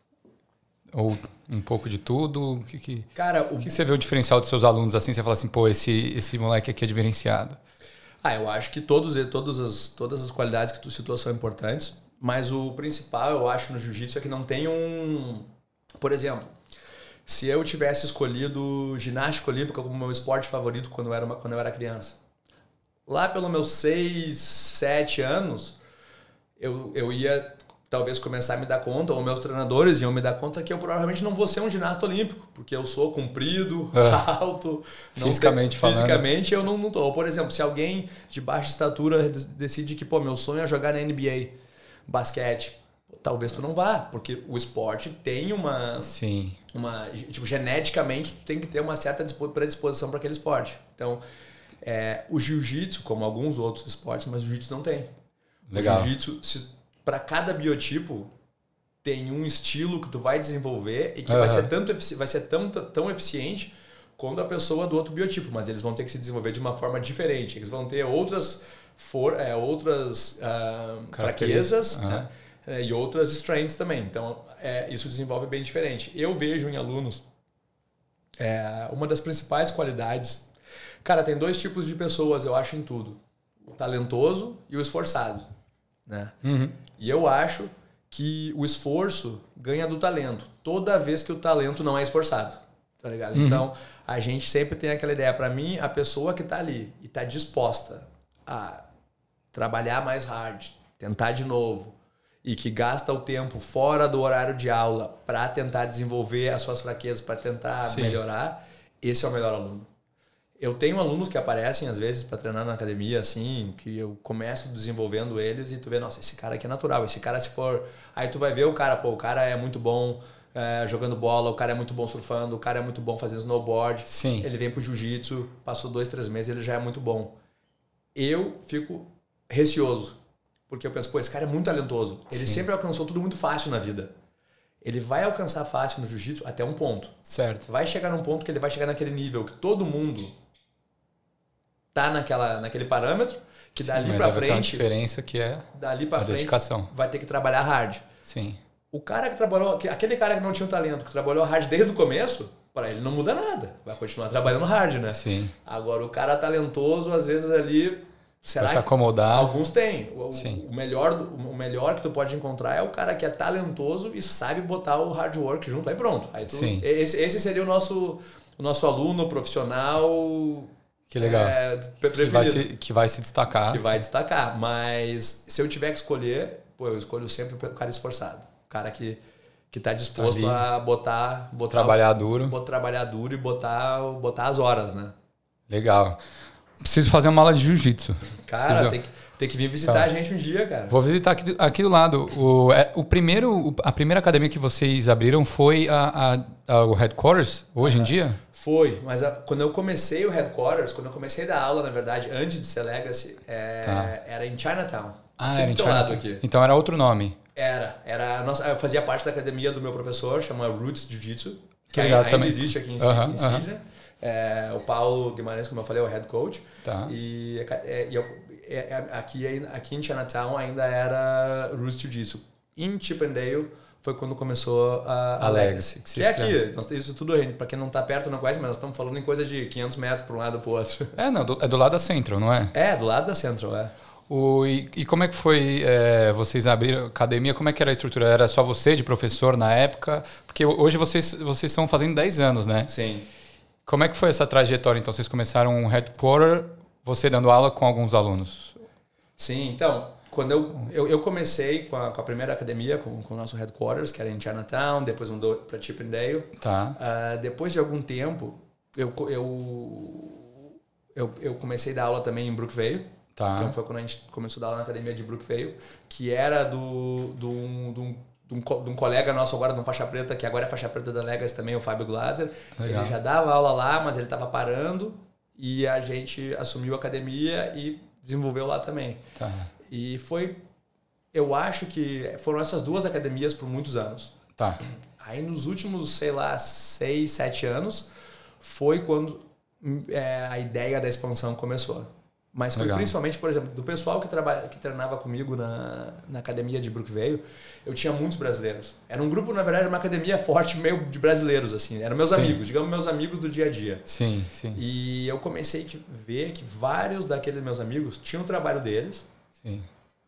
ou um pouco de tudo? O que, que, Cara, o que você vê o diferencial dos seus alunos, assim, você fala assim, pô, esse, esse moleque aqui é diferenciado? Ah, eu acho que todos, todas, as, todas as qualidades que tu citou são importantes, mas o principal, eu acho, no jiu-jitsu é que não tem um... Por exemplo, se eu tivesse escolhido ginástica olímpica como meu esporte favorito quando eu era, uma, quando eu era criança, lá pelos meus seis, sete anos, eu, eu ia talvez começar a me dar conta, ou meus treinadores iam me dar conta que eu provavelmente não vou ser um ginasta olímpico, porque eu sou comprido, é. alto. Fisicamente não, falando. Fisicamente eu não, não tô. Ou, por exemplo, se alguém de baixa estatura decide que, pô, meu sonho é jogar na N B A, basquete, talvez tu não vá, porque o esporte tem uma... Sim. uma tipo, geneticamente, tu tem que ter uma certa predisposição para aquele esporte. Então, é, o jiu-jitsu, como alguns outros esportes, mas o jiu-jitsu não tem. Legal. O jiu-jitsu, para cada biotipo, tem um estilo que tu vai desenvolver e que uhum. vai ser, tanto, vai ser tão, tão eficiente quanto a pessoa do outro biotipo, mas eles vão ter que se desenvolver de uma forma diferente. Eles vão ter outras, for, é, outras uh, fraquezas, uhum. né? É, e outras strengths também. Então, é, isso desenvolve bem diferente. Eu vejo em alunos é, uma das principais qualidades... Cara, tem dois tipos de pessoas, eu acho, em tudo. O talentoso e o esforçado. Né? Uhum. E eu acho que o esforço ganha do talento. Toda vez que o talento não é esforçado. Tá ligado? Uhum. Então, a gente sempre tem aquela ideia. Para mim, a pessoa que tá ali e tá disposta a trabalhar mais hard, tentar de novo, e que gasta o tempo fora do horário de aula para tentar desenvolver as suas fraquezas, para tentar Sim. melhorar, esse é o melhor aluno. Eu tenho alunos que aparecem às vezes para treinar na academia, assim, que eu começo desenvolvendo eles e tu vê, nossa, esse cara aqui é natural, esse cara se for... Aí tu vai ver o cara, pô, o cara é muito bom é, jogando bola, o cara é muito bom surfando, o cara é muito bom fazendo snowboard. Sim. Ele vem pro jiu-jitsu, passou dois, três meses, ele já é muito bom. Eu fico receoso, porque eu penso, pô, esse cara é muito talentoso. Ele Sim. sempre alcançou tudo muito fácil na vida. Ele vai alcançar fácil no jiu-jitsu até um ponto. Certo. Vai chegar num ponto que ele vai chegar naquele nível que todo mundo tá naquela, naquele parâmetro, que Sim, dali mas pra vai ter uma frente... diferença que é dali pra a frente, dedicação. Vai ter que trabalhar hard. Sim. O cara que trabalhou... Aquele cara que não tinha um talento, que trabalhou hard desde o começo, para ele não muda nada. Vai continuar trabalhando hard, né? Sim. Agora, o cara talentoso, às vezes ali... Será vai se acomodar. Alguns têm. O, Sim. o, melhor, o melhor que tu pode encontrar é o cara que é talentoso e sabe botar o hard work junto. Aí pronto. Aí tu, Sim. Esse, esse seria o nosso, o nosso aluno profissional... Que legal. É, que, vai se, que vai se destacar. Que vai destacar. Mas se eu tiver que escolher, pô, eu escolho sempre o cara esforçado. O cara que, que tá disposto Ali, a botar... botar trabalhar o, duro. Botar, trabalhar duro e botar, botar as horas, né? Legal. Preciso fazer uma aula de jiu-jitsu. Cara, Preciso... tem, que, tem que vir visitar tá. a gente um dia, cara. Vou visitar aqui, aqui do lado. O, é, o primeiro, a primeira academia que vocês abriram foi a, a, a, o Headquarters, hoje uhum. em dia? Foi, mas a, quando eu comecei o Headquarters, quando eu comecei a dar aula, na verdade, antes de ser Legacy, é, tá. era em Chinatown. Ah, era em Chinatown. Aqui. Então era outro nome. Era, era nossa, eu fazia parte da academia do meu professor, chama Roots Jiu-Jitsu, que, que legal, ainda também. existe aqui em, uhum, em Sydney. Uhum. É, o Paulo Guimarães, como eu falei, é o head coach. Tá. E, é, e eu, é, aqui, aqui em Chinatown ainda era Roots Jiu-Jitsu. Em Chippendale foi quando começou a, a, a Legacy. Que, que é aqui. Nós, isso tudo, para quem não está perto não conhece, mas nós estamos falando em coisa de quinhentos metros para um lado e para o outro. É, não, do, é do lado da Central, não é? É, do lado da Central, é. O, e, e como é que foi, é, vocês abriram a academia, como é que era a estrutura? Era só você de professor na época? Porque hoje vocês, vocês estão fazendo dez anos, né? Sim. Como é que foi essa trajetória? Então, vocês começaram um headquarter, você dando aula com alguns alunos? Sim, então, quando eu, eu, eu comecei com a, com a primeira academia, com, com o nosso headquarters, que era em Chinatown, depois mudou para Chippendale. Tá. Uh, depois de algum tempo, eu, eu, eu, eu comecei a dar aula também em Brookvale. Tá. Então, foi quando a gente começou a dar aula na academia de Brookvale, que era do... do, do De um, de um colega nosso agora, de um faixa preta, que agora é faixa preta da Legacy também, o Fábio Glaser. Legal. Ele já dava aula lá, mas ele estava parando e a gente assumiu a academia e desenvolveu lá também. Tá. E foi... Eu acho que foram essas duas academias por muitos anos. Tá. Aí nos últimos, sei lá, seis, sete anos, foi quando é, a ideia da expansão começou. Mas foi Legal. Principalmente, por exemplo, do pessoal que, trabalha, que treinava comigo na, na academia de Brookvale, eu tinha muitos brasileiros. Era um grupo, na verdade, uma academia forte, meio de brasileiros, assim. Eram meus sim. amigos, digamos, meus amigos do dia a dia. Sim, sim. E eu comecei a ver que vários daqueles meus amigos tinham o trabalho deles. Sim.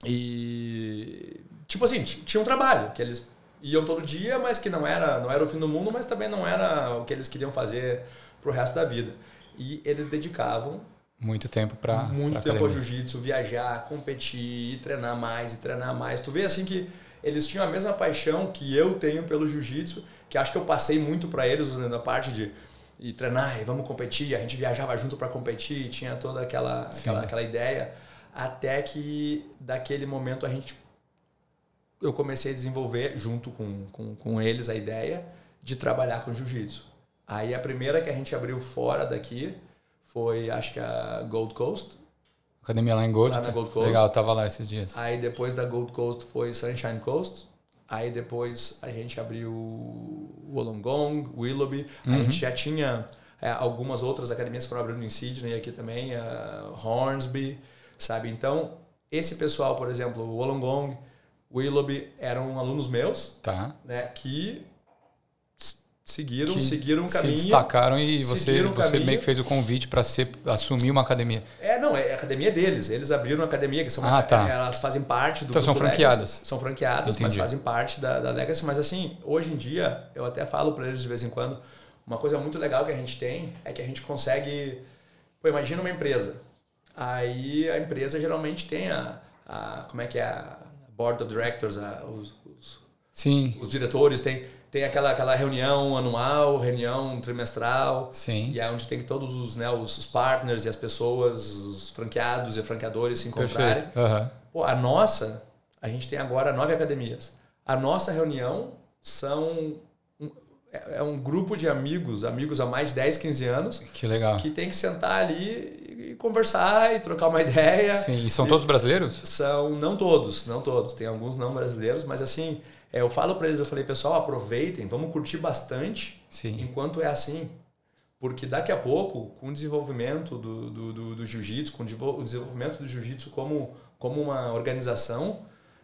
E, tipo assim, tinham um trabalho, que eles iam todo dia, mas que não era, não era o fim do mundo, mas também não era o que eles queriam fazer pro resto da vida. E eles dedicavam muito tempo para muito pra tempo ao jiu-jitsu, viajar, competir, e treinar mais e treinar mais. Tu vê assim que eles tinham a mesma paixão que eu tenho pelo jiu-jitsu, que acho que eu passei muito para eles na parte de e treinar, e vamos competir, a gente viajava junto para competir, tinha toda aquela aquela, aquela ideia, até que daquele momento a gente eu comecei a desenvolver junto com, com, com eles a ideia de trabalhar com jiu-jitsu. Aí a primeira que a gente abriu fora daqui foi, acho que a Gold Coast. Academia lá em Gold. Lá na Gold Coast. Legal, eu tava lá esses dias. Aí depois da Gold Coast foi Sunshine Coast. Aí depois a gente abriu Wollongong, Willoughby. Uhum. A gente já tinha é, algumas outras academias que foram abrindo em Sydney aqui também, uh, Hornsby, sabe? Então, esse pessoal, por exemplo, Wollongong, Willoughby, eram alunos meus, tá. né, que... Seguiram, que seguiram um caminho. Se destacaram e você, um você meio que fez o convite para assumir uma academia. É, não, é a academia deles. Eles abriram uma academia que são ah, tá. elas fazem parte do Então são franqueadas. Legacy. São franqueadas, Entendi. Mas fazem parte da, da Legacy. Mas assim, hoje em dia, eu até falo para eles de vez em quando, uma coisa muito legal que a gente tem é que a gente consegue... Pô, imagina uma empresa. Aí a empresa geralmente tem a... a como é que é? A Board of Directors, a, os, os, Sim. os diretores, tem... Tem tem aquela, aquela reunião anual, reunião trimestral. Sim. E é onde tem que todos os, né, os partners e as pessoas, os franqueados e franqueadores se encontrarem. Uhum. Pô, a nossa, a gente tem agora nove academias. A nossa reunião são... É um grupo de amigos, amigos há mais de dez, quinze anos. Que legal. Que tem que sentar ali e conversar e trocar uma ideia. Sim, e são e todos brasileiros? São, não todos, não todos. Tem alguns não brasileiros, mas assim, é, eu falo para eles, eu falei, pessoal, aproveitem, vamos curtir bastante. Sim. Enquanto é assim. Porque daqui a pouco, com o desenvolvimento do, do, do, do jiu-jitsu, com o desenvolvimento do jiu-jitsu como, como uma organização...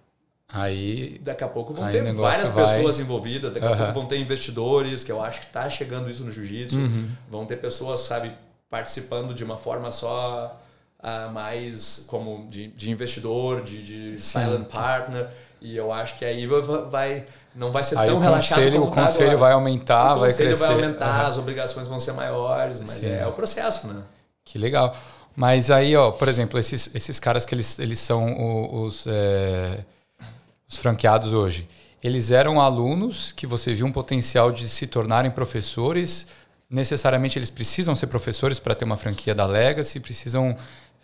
Aí, daqui a pouco vão aí ter várias vai... pessoas envolvidas, daqui a uhum. pouco vão ter investidores, que eu acho que está chegando isso no jiu-jitsu, uhum. vão ter pessoas, sabe, participando de uma forma só uh, mais como de, de investidor, de, de silent partner, e eu acho que aí vai, não vai ser aí tão o relaxado conselho, como o conselho tá vai aumentar, o vai crescer. O conselho vai aumentar, uhum. as obrigações vão ser maiores, mas Sim. é o processo, né? Que legal. Mas aí, ó, por exemplo, esses, esses caras que eles, eles são os... É... os franqueados hoje, eles eram alunos que você viu um potencial de se tornarem professores, necessariamente eles precisam ser professores para ter uma franquia da Legacy, precisam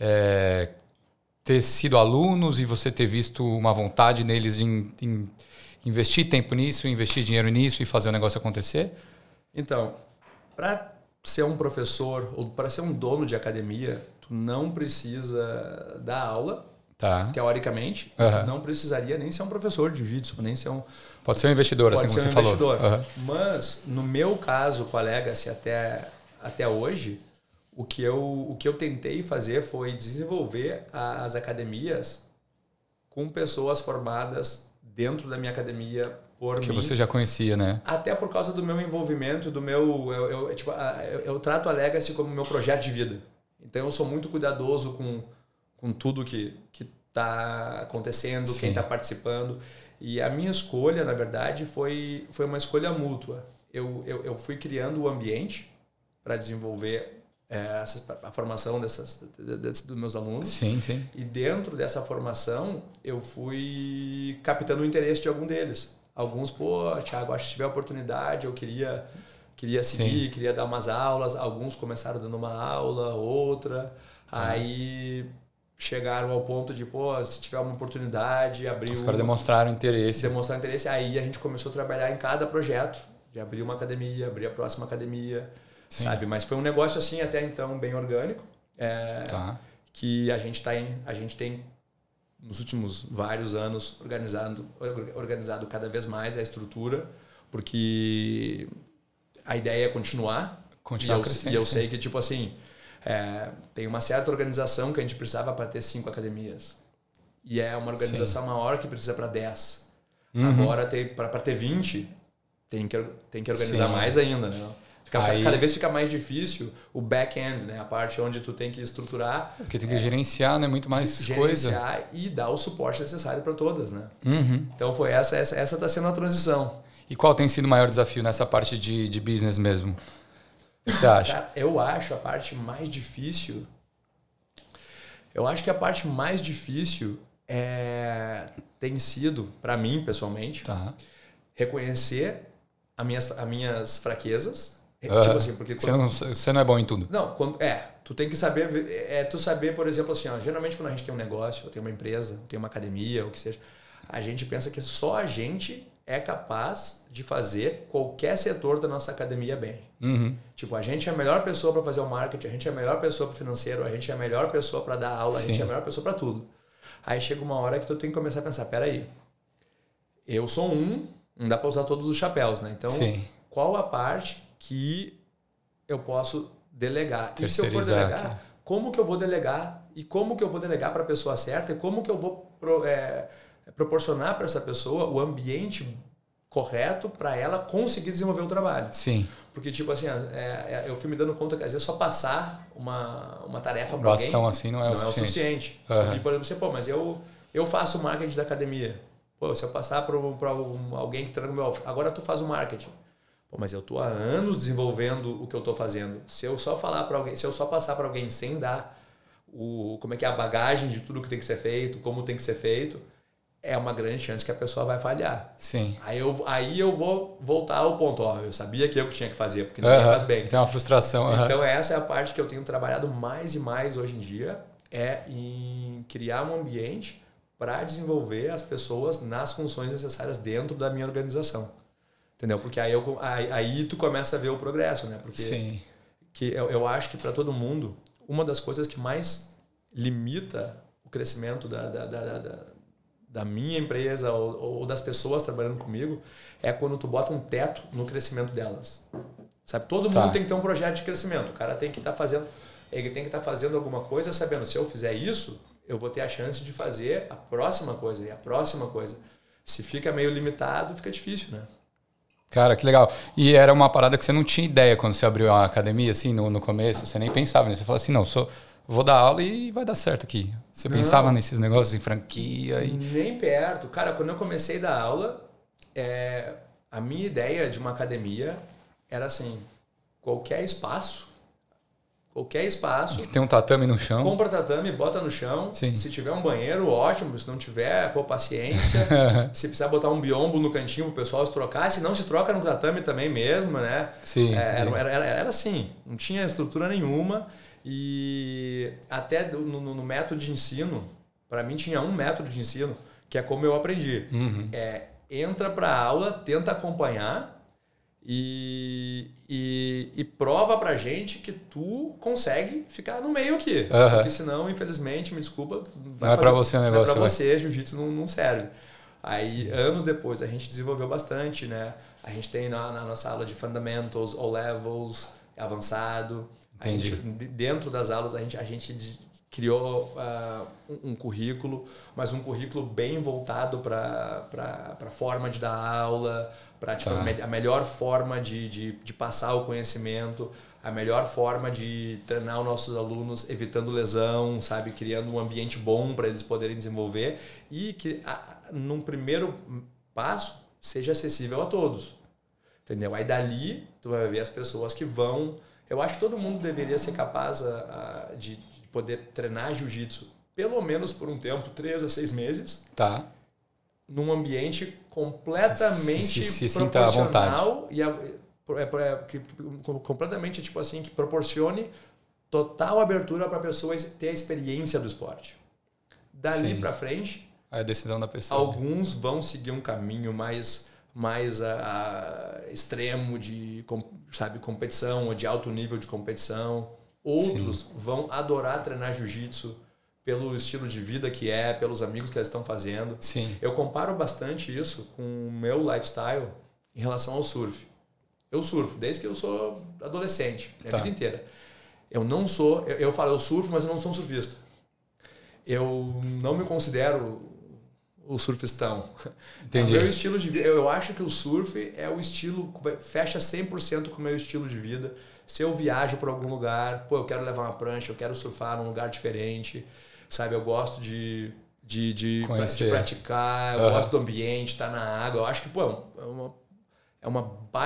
é, ter sido alunos e você ter visto uma vontade neles em, em investir tempo nisso, investir dinheiro nisso e fazer o negócio acontecer? Então, para ser um professor ou para ser um dono de academia, tu não precisa dar aula. Tá. Teoricamente, uhum. não precisaria nem ser um professor de jiu-jitsu, nem ser um... Pode ser um investidor, pode assim ser como um você investidor. falou. Uhum. Mas, no meu caso, com a Legacy até, até hoje, o que, eu, o que eu tentei fazer foi desenvolver as academias com pessoas formadas dentro da minha academia por que mim. Que você já conhecia, né? Até por causa do meu envolvimento, do meu... Eu, eu, tipo, eu, eu trato a Legacy como meu projeto de vida. Então, eu sou muito cuidadoso com... com tudo que está acontecendo, Sim. quem está participando. E a minha escolha, na verdade, foi, foi uma escolha mútua. Eu, eu, eu fui criando o ambiente para desenvolver é, essa, a formação dessas, desses, dos meus alunos. Sim, sim. E dentro dessa formação, eu fui captando o interesse de algum deles. Alguns, pô, Thiago, acho que se tiver oportunidade, eu queria... Queria seguir, Sim. queria dar umas aulas. Alguns começaram dando uma aula, outra. Ah. Aí... chegaram ao ponto de, pô, se tiver uma oportunidade, abrir... Os caras demonstraram interesse. Demonstraram interesse. Aí a gente começou a trabalhar em cada projeto, de abrir uma academia, abrir a próxima academia, Sim. sabe? Mas foi um negócio assim, até então, bem orgânico, é, tá. que a gente, tá em, a gente tem, nos últimos vários anos, organizado, organizado cada vez mais a estrutura, porque a ideia é continuar. Continuar e eu, crescendo, e eu sim. sei que, tipo assim... É, tem uma certa organização que a gente precisava para ter cinco academias. E é uma organização Sim. maior que precisa para dez. Uhum. Agora, para ter vinte, tem que, tem que organizar Sim. mais ainda. Né? Fica, Aí... Cada vez fica mais difícil o back-end, né? A parte onde tu tem que estruturar. Porque tem que é, gerenciar, né? Muito mais gerenciar coisa. Gerenciar e dar o suporte necessário para todas. Né? Uhum. Então, foi essa, essa, essa tá sendo a transição. E qual tem sido o maior desafio nessa parte de, de business mesmo? Você acha? Cara, eu acho a parte mais difícil... Eu acho que a parte mais difícil é, tem sido, para mim, pessoalmente, tá. reconhecer as minhas, as minhas fraquezas. Uhum. Tipo assim, porque quando, você, não, você não é bom em tudo. Não, quando, é. Tu tem que saber... É tu saber, por exemplo, assim, ó, geralmente quando a gente tem um negócio, ou tem uma empresa, ou tem uma academia, ou o que seja, a gente pensa que só a gente é capaz de fazer qualquer setor da nossa academia bem. Uhum. Tipo, a gente é a melhor pessoa para fazer o marketing, a gente é a melhor pessoa para o financeiro, a gente é a melhor pessoa para dar aula, Sim. a gente é a melhor pessoa para tudo. Aí chega uma hora que tu tem que começar a pensar, peraí, eu sou um, não dá para usar todos os chapéus, né? Então, Sim. qual a parte que eu posso delegar? E se eu for delegar, aqui. como que eu vou delegar? E como que eu vou delegar para a pessoa certa? E como que eu vou... Pro, é, proporcionar para essa pessoa o ambiente correto para ela conseguir desenvolver o trabalho. Sim. Porque, tipo assim, é, é, eu fui me dando conta que às vezes só passar uma, uma tarefa para alguém bastão assim não é não o suficiente. É o suficiente. Uhum. Porque, por exemplo, você, pô, mas eu, eu faço o marketing da academia. Pô, se eu passar para um, alguém que treina no meu... Agora tu faz o marketing. Pô, mas eu tô há anos desenvolvendo o que eu tô fazendo. Se eu só falar para alguém, se eu só passar para alguém sem dar o, como é que é a bagagem de tudo que tem que ser feito, como tem que ser feito... é uma grande chance que a pessoa vai falhar. Sim. Aí eu, aí eu vou voltar ao ponto, ó, eu sabia que eu que tinha que fazer, porque ninguém uhum. faz bem. Tem uma frustração. Uhum. Então essa é a parte que eu tenho trabalhado mais e mais hoje em dia, é em criar um ambiente para desenvolver as pessoas nas funções necessárias dentro da minha organização. Entendeu? Porque aí, eu, aí, aí tu começa a ver o progresso, né? Porque Sim. Que eu, eu acho que para todo mundo, uma das coisas que mais limita o crescimento da, da, da, da, da minha empresa ou, ou das pessoas trabalhando comigo é quando tu bota um teto no crescimento delas. Sabe? Todo Tá. mundo tem que ter um projeto de crescimento. O cara tem que estar tá fazendo, ele tem que estar tá fazendo alguma coisa sabendo, se eu fizer isso, eu vou ter a chance de fazer a próxima coisa e a próxima coisa. Se fica meio limitado, fica difícil, né? Cara, que legal. E era uma parada que você não tinha ideia quando você abriu a academia, assim, no, no começo? Você nem pensava nisso. Você falou assim, não, sou, vou dar aula e vai dar certo aqui. Você não. Pensava nesses negócios em franquia? E... Nem perto. Cara, quando eu comecei a dar aula, é, a minha ideia de uma academia era assim, qualquer espaço, qualquer espaço... Tem um tatame no chão. Compra tatame, bota no chão. Sim. Se tiver um banheiro, ótimo. Se não tiver, pô, paciência. Se precisar botar um biombo no cantinho pro pessoal se trocar. Se não, se troca no tatame também mesmo, né? Sim. É, era, era, era, era assim. Não tinha estrutura nenhuma. E até no, no, no método de ensino, para mim tinha um método de ensino, que é como eu aprendi. Uhum. É, entra pra aula, tenta acompanhar... E, e, e prova pra gente que tu consegue ficar no meio aqui. Uhum. Porque senão, infelizmente, me desculpa, vai não é pra você o negócio. Não é pra vai. você, jiu-jitsu não, não serve. Aí, Sim. anos depois, a gente desenvolveu bastante, né? A gente tem na, na nossa aula de Fundamentals, O-Levels, avançado. A gente, dentro das aulas, a gente, a gente criou uh, um, um currículo, mas um currículo bem voltado para a forma de dar aula, para tipo, tá. a melhor forma de, de, de passar o conhecimento, a melhor forma de treinar os nossos alunos evitando lesão, sabe, criando um ambiente bom para eles poderem desenvolver e que, a, num primeiro passo, seja acessível a todos. Entendeu? Aí dali, tu vai ver as pessoas que vão... Eu acho que todo mundo deveria ser capaz a, a, de, de poder treinar jiu-jitsu pelo menos por um tempo, três a seis meses. Tá. Num ambiente completamente se, se, se proporcional e a, é, é, que, completamente tipo assim que proporcione total abertura para a pessoa ter a experiência do esporte. Dali para frente, é a decisão da pessoa. Alguns vão seguir um caminho mais mais a, a extremo de, sabe, competição ou de alto nível de competição. Outros Sim. vão adorar treinar jiu-jitsu pelo estilo de vida que é, pelos amigos que eles estão fazendo. Sim. Eu comparo bastante isso com o meu lifestyle em relação ao surf. Eu surfo desde que eu sou adolescente, minha tá. vida inteira. Eu não sou... Eu, eu falo, eu surfo, mas eu não sou um surfista. Eu não me considero o surfistão. Entendi. O meu estilo de vida... Eu acho que o surf é o estilo... Fecha cem por cento com o meu estilo de vida. Se eu viajo para algum lugar, pô, eu quero levar uma prancha, eu quero surfar num lugar diferente... Sabe, eu gosto de, de, de, de praticar, eu uhum. gosto do ambiente, estar tá na água. Eu acho que, pô, é uma, é uma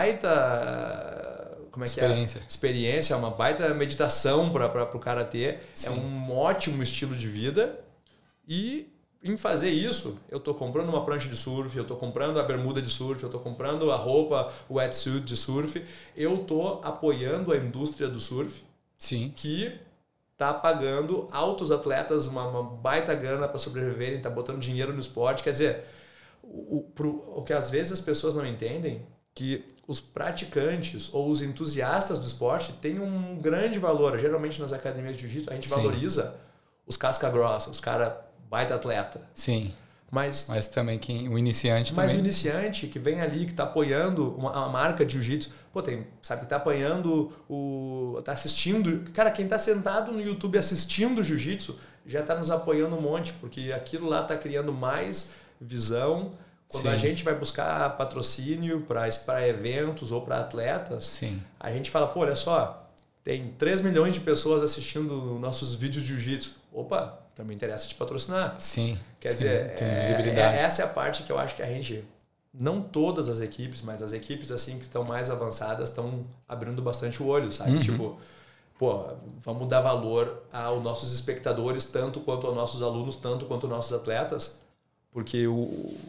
baita... Como é que Experiência. é? Experiência, é uma baita meditação para o cara ter. Sim. É um ótimo estilo de vida. E em fazer isso, eu estou comprando uma prancha de surf, eu estou comprando a bermuda de surf, eu estou comprando a roupa, o wetsuit de surf. Eu estou apoiando a indústria do surf. Sim. Que... tá pagando altos atletas uma, uma baita grana para sobreviverem, tá botando dinheiro no esporte. Quer dizer, o, o, pro, o que às vezes as pessoas não entendem, que os praticantes ou os entusiastas do esporte têm um grande valor. Geralmente nas academias de jiu-jitsu a gente Sim. valoriza os casca grossa, os cara baita atleta. Sim. Mas, mas também quem, o iniciante mas também. Mas o iniciante que vem ali, que está apoiando uma, uma marca de jiu-jitsu, pô, tem, sabe, que está apoiando, o, tá assistindo. Cara, quem está sentado no YouTube assistindo jiu-jitsu já está nos apoiando um monte, porque aquilo lá está criando mais visão. Quando Sim. a gente vai buscar patrocínio para eventos ou para atletas, Sim. a gente fala, pô, olha só, tem três milhões de pessoas assistindo nossos vídeos de jiu-jitsu. Opa, também interessa te patrocinar. Sim. Quer sim, dizer, tem é, visibilidade. É, essa é a parte que eu acho que a gente, não todas as equipes, mas as equipes assim que estão mais avançadas estão abrindo bastante o olho, sabe? Uhum. Tipo, pô, vamos dar valor aos nossos espectadores, tanto quanto aos nossos alunos, tanto quanto aos nossos atletas, Porque o,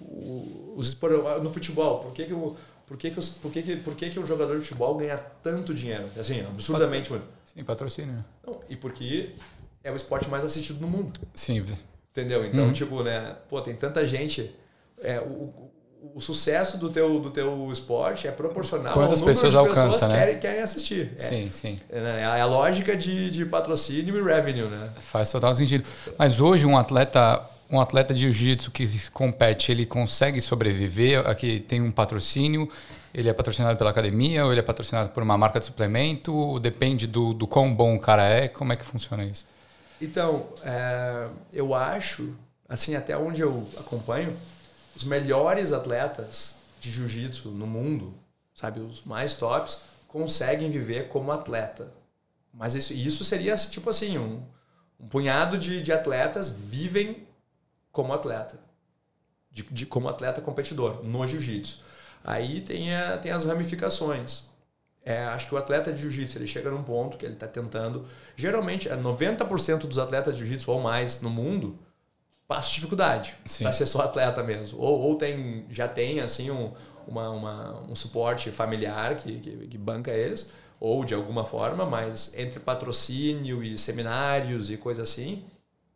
o, os, no futebol, por que que o Por que que, os, por, que, que, por que que um jogador de futebol ganha tanto dinheiro? Assim, absurdamente muito. Sim, patrocínio. Não, e porque é o esporte mais assistido no mundo. Sim. Entendeu? Então, uhum. tipo, né? Pô, tem tanta gente... É, o, o, o sucesso do teu, do teu esporte é proporcional Quantas ao número pessoas de alcança, pessoas que né? querem, querem assistir. É, sim, sim. É, é a lógica de, de patrocínio e revenue, né? Faz total sentido. Mas hoje um atleta... Um atleta de jiu-jitsu que compete, ele consegue sobreviver? Aqui tem um patrocínio, ele é patrocinado pela academia ou ele é patrocinado por uma marca de suplemento? Depende do, do quão bom o cara é. Como é que funciona isso? Então, é, eu acho, assim, até onde eu acompanho, os melhores atletas de jiu-jitsu no mundo, sabe, os mais tops, conseguem viver como atleta. Mas isso, isso seria, tipo assim, um, um punhado de, de atletas vivem como atleta, de, de, como atleta competidor, no jiu-jitsu. Aí tem, a, tem as ramificações. É, acho que o atleta de jiu-jitsu, ele chega num ponto que ele está tentando... Geralmente, noventa por cento dos atletas de jiu-jitsu ou mais no mundo passam dificuldade para ser só atleta mesmo. Ou, ou tem, já tem assim, um, uma, uma, um suporte familiar que, que, que banca eles, ou de alguma forma, mas entre patrocínio e seminários e coisa assim,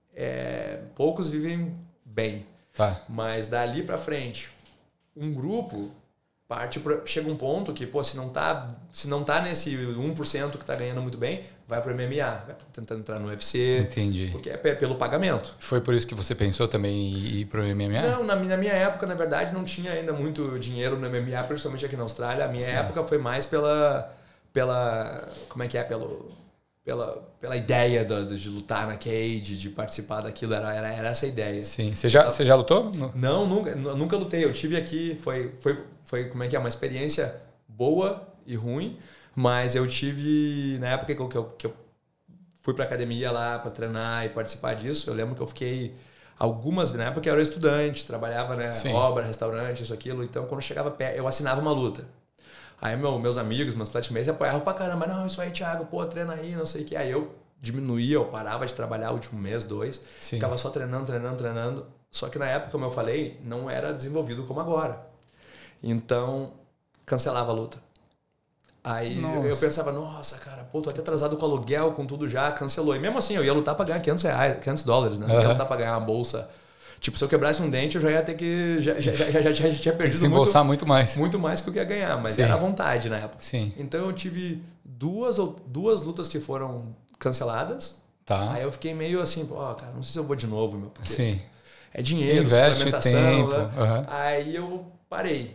é, poucos vivem bem. Tá. Mas dali para frente, um grupo parte pra, chega um ponto que, pô, se não tá, se não tá nesse um por cento que tá ganhando muito bem, vai pro M M A, vai tentando entrar no U F C. Entendi. Porque é pelo pagamento. Foi por isso que você pensou também em ir pro M M A? Não, na, na minha época, na verdade, não tinha ainda muito dinheiro no M M A, principalmente aqui na Austrália. A minha Sim. época foi mais pela, pela... Como é que é? Pelo... Pela, pela ideia de, de lutar na cage, de participar daquilo, era, era, era essa a ideia. Sim. Você já, você já lutou? Não, nunca, nunca lutei. Eu tive aqui, foi, foi, foi como é que é, uma experiência boa e ruim, mas eu tive, na época que eu, que eu, que eu fui pra academia lá para treinar e participar disso, eu lembro que eu fiquei algumas, na época eu era estudante, trabalhava, né, Sim. obra, restaurante, isso, aquilo, então quando chegava perto, eu assinava uma luta. Aí meu, meus amigos, meus flatmates apoiavam pra caramba. Não, isso aí, Thiago, pô, treina aí, não sei o que. Aí eu diminuía, eu parava de trabalhar o último mês, dois. Sim. Ficava só treinando, treinando, treinando. Só que na época, como eu falei, não era desenvolvido como agora. Então, cancelava a luta. Aí eu, eu pensava, nossa, cara, pô, tô até atrasado com aluguel, com tudo já, cancelou. E mesmo assim, eu ia lutar pra ganhar quinhentos reais, quinhentos dólares, né? Eu ia uhum. lutar pra ganhar uma bolsa. Tipo, se eu quebrasse um dente, eu já ia ter que... Já, já, já, já, já tinha perdido se embolsar muito, muito mais. Muito mais que eu ia ganhar, mas Sim. era à vontade na época. Sim. Então eu tive duas, duas lutas que foram canceladas. Tá. Aí eu fiquei meio assim, pô, cara, não sei se eu vou de novo, meu. Porque Sim. é dinheiro, investe suplementação. Tempo. Né? Uhum. Aí eu parei.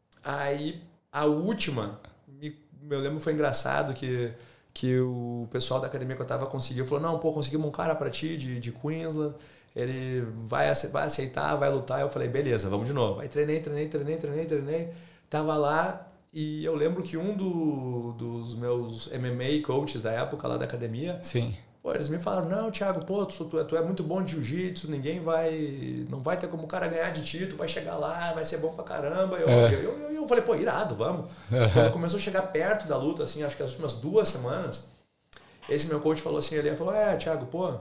Aí a última, me, eu lembro foi engraçado que, que o pessoal da academia que eu tava conseguiu, falou, não, pô, conseguimos um cara pra ti de, de Queensland. Ele vai, vai aceitar, vai lutar. Eu falei, beleza, vamos de novo. Aí treinei, treinei, treinei, treinei, treinei. Tava lá e eu lembro que um do, dos meus M M A coaches da época lá da academia, Sim. Pô, eles me falaram, não, Thiago, pô, tu, tu, tu é muito bom de jiu-jitsu, ninguém vai... Não vai ter como o cara ganhar de ti, tu vai chegar lá, vai ser bom pra caramba. Eu, é. eu, eu, eu, eu falei, pô, irado, vamos. É. Quando começou a chegar perto da luta, assim, acho que as últimas duas semanas, esse meu coach falou assim, ele falou, é, Thiago, pô,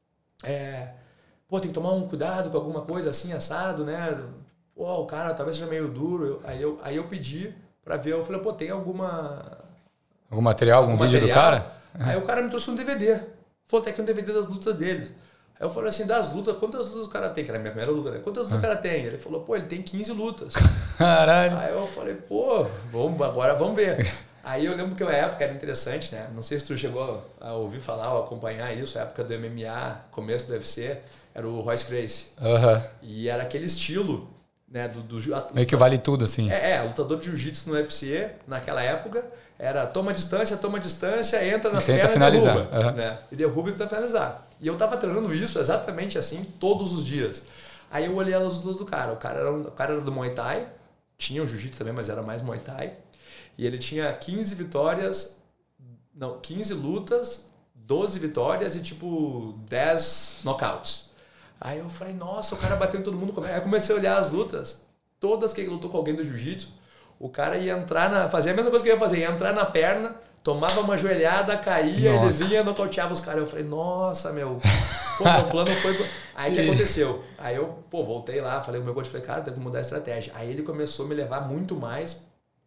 é... Pô, tem que tomar um cuidado com alguma coisa assim, assado, né? Pô, o cara talvez seja meio duro. Eu, aí, eu, aí eu pedi pra ver, eu falei, pô, tem alguma... Algum material, algum, algum vídeo material? Do cara? Aí o cara me trouxe um D V D. Falou, tem aqui um D V D das lutas deles. Aí eu falei assim, das lutas, quantas lutas o cara tem? Que era a minha primeira luta, né? Quantas lutas ah. o cara tem? Ele falou, pô, ele tem quinze lutas. Caralho. Aí eu falei, pô, vamos, agora vamos ver. Aí eu lembro que na época era interessante, né? Não sei se tu chegou a ouvir falar ou acompanhar isso, a época do M M A, começo do U F C, era o Royce Gracie. Uhum. E era aquele estilo, né? Do, do, meio que vale tudo, assim. É, é lutador de jiu-jitsu no U F C, naquela época, era toma distância, toma distância, entra nas pernas finalizar. e derruba. Uhum. Né? E derruba e tenta finalizar. E eu tava treinando isso exatamente assim, todos os dias. Aí eu olhei as lutas do cara. O cara era, um, o cara era do Muay Thai, tinha o jiu-jitsu também, mas era mais Muay Thai. E ele tinha quinze vitórias, não, quinze lutas, doze vitórias e tipo dez knockouts. Aí eu falei, nossa, o cara bateu em todo mundo. Aí eu comecei a olhar as lutas, todas que ele lutou com alguém do jiu-jitsu, o cara ia entrar na... Fazia a mesma coisa que eu ia fazer, ia entrar na perna, tomava uma joelhada, caía, nossa. Ele vinha, nocauteava os caras. Eu falei, nossa, meu, pô, meu plano foi... Aí o que aconteceu? Aí eu, pô, voltei lá, falei com o meu coach, falei, cara, tem que mudar a estratégia. Aí ele começou a me levar muito mais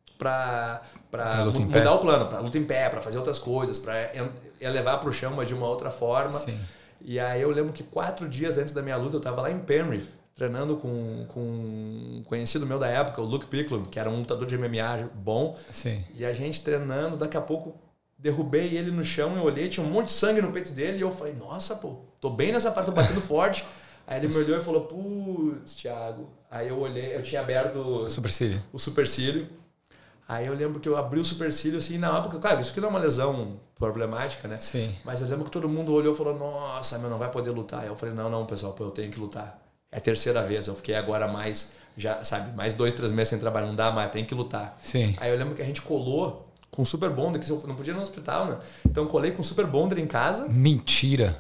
pra, pra, pra mudar o plano, pra luta em pé, pra fazer outras coisas, pra elevar pro chão de uma outra forma. Sim. E aí eu lembro que quatro dias antes da minha luta, eu tava lá em Penrith, treinando com, com um conhecido meu da época, o Luke Picklum, que era um lutador de M M A bom. Sim. E a gente treinando, daqui a pouco derrubei ele no chão, eu olhei, tinha um monte de sangue no peito dele e eu falei, nossa, pô, tô bem nessa parte, tô batendo forte. Aí ele me olhou e falou, putz, Thiago. Aí eu olhei, eu tinha aberto o supercílio. O supercílio. Aí eu lembro que eu abri o supercílio assim, na época, claro, isso aqui não é uma lesão problemática, né? Sim. Mas eu lembro que todo mundo olhou e falou, nossa, meu, não vai poder lutar. Aí eu falei, não, não, pessoal, pô, eu tenho que lutar. É a terceira vez, eu fiquei agora mais, já, sabe, mais dois, três meses sem trabalhar, não dá mais, tem que lutar. Sim. Aí eu lembro que a gente colou com o Super Bonder, que eu não podia ir no hospital, né? Então eu colei com o Super Bonder em casa. Mentira!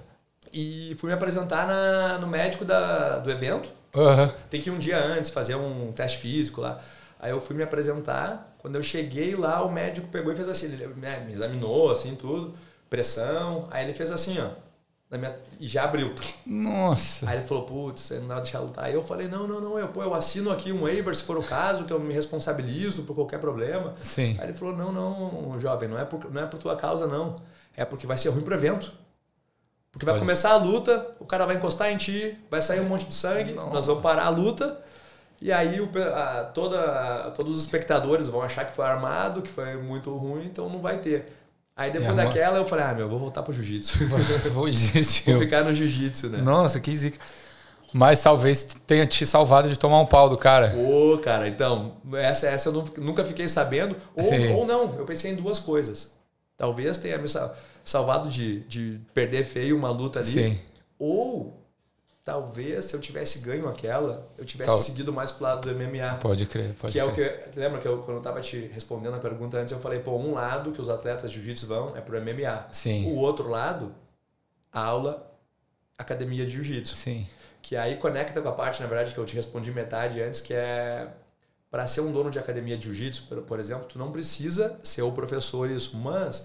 E fui me apresentar na, no médico da, do evento. Uhum. Tem que ir um dia antes, fazer um teste físico lá. Aí eu fui me apresentar. Quando eu cheguei lá, o médico pegou e fez assim. Ele né, me examinou, assim, tudo. Pressão. Aí ele fez assim, ó. Na minha, e já abriu. Nossa. Aí ele falou, putz, você não dá pra deixar lutar. Aí eu falei, não, não, não. Eu, pô, eu assino aqui um waiver, se for o caso, que eu me responsabilizo por qualquer problema. Sim. Aí ele falou, não, não, jovem, não é por, não é por tua causa, não. É porque vai ser ruim pro evento. Porque vai Pode. começar a luta, o cara vai encostar em ti, vai sair um monte de sangue, não. Nós vamos parar a luta, e aí o, a, toda, todos os espectadores vão achar que foi armado, que foi muito ruim, então não vai ter. Aí depois é, daquela eu falei, ah, meu, vou voltar pro jiu-jitsu. Vou desistir. Vou ficar no jiu-jitsu, né? Nossa, que zica. Mas talvez tenha te salvado de tomar um pau do cara. Pô, cara, então, essa, essa eu nunca fiquei sabendo, ou, ou não, eu pensei em duas coisas. Talvez tenha me salvado de, de perder feio uma luta ali. Sim. Ou talvez se eu tivesse ganho aquela, eu tivesse Tal... seguido mais pro lado do M M A. Pode crer, pode que crer. É o que, lembra que eu, quando eu estava te respondendo a pergunta antes, eu falei, pô, um lado que os atletas de jiu-jitsu vão é pro M M A. Sim. O outro lado, aula, academia de jiu-jitsu. Sim. Que aí conecta com a parte, na verdade, que eu te respondi metade antes, que é... Para ser um dono de academia de jiu-jitsu, por, por exemplo, tu não precisa ser o professor isso, mas...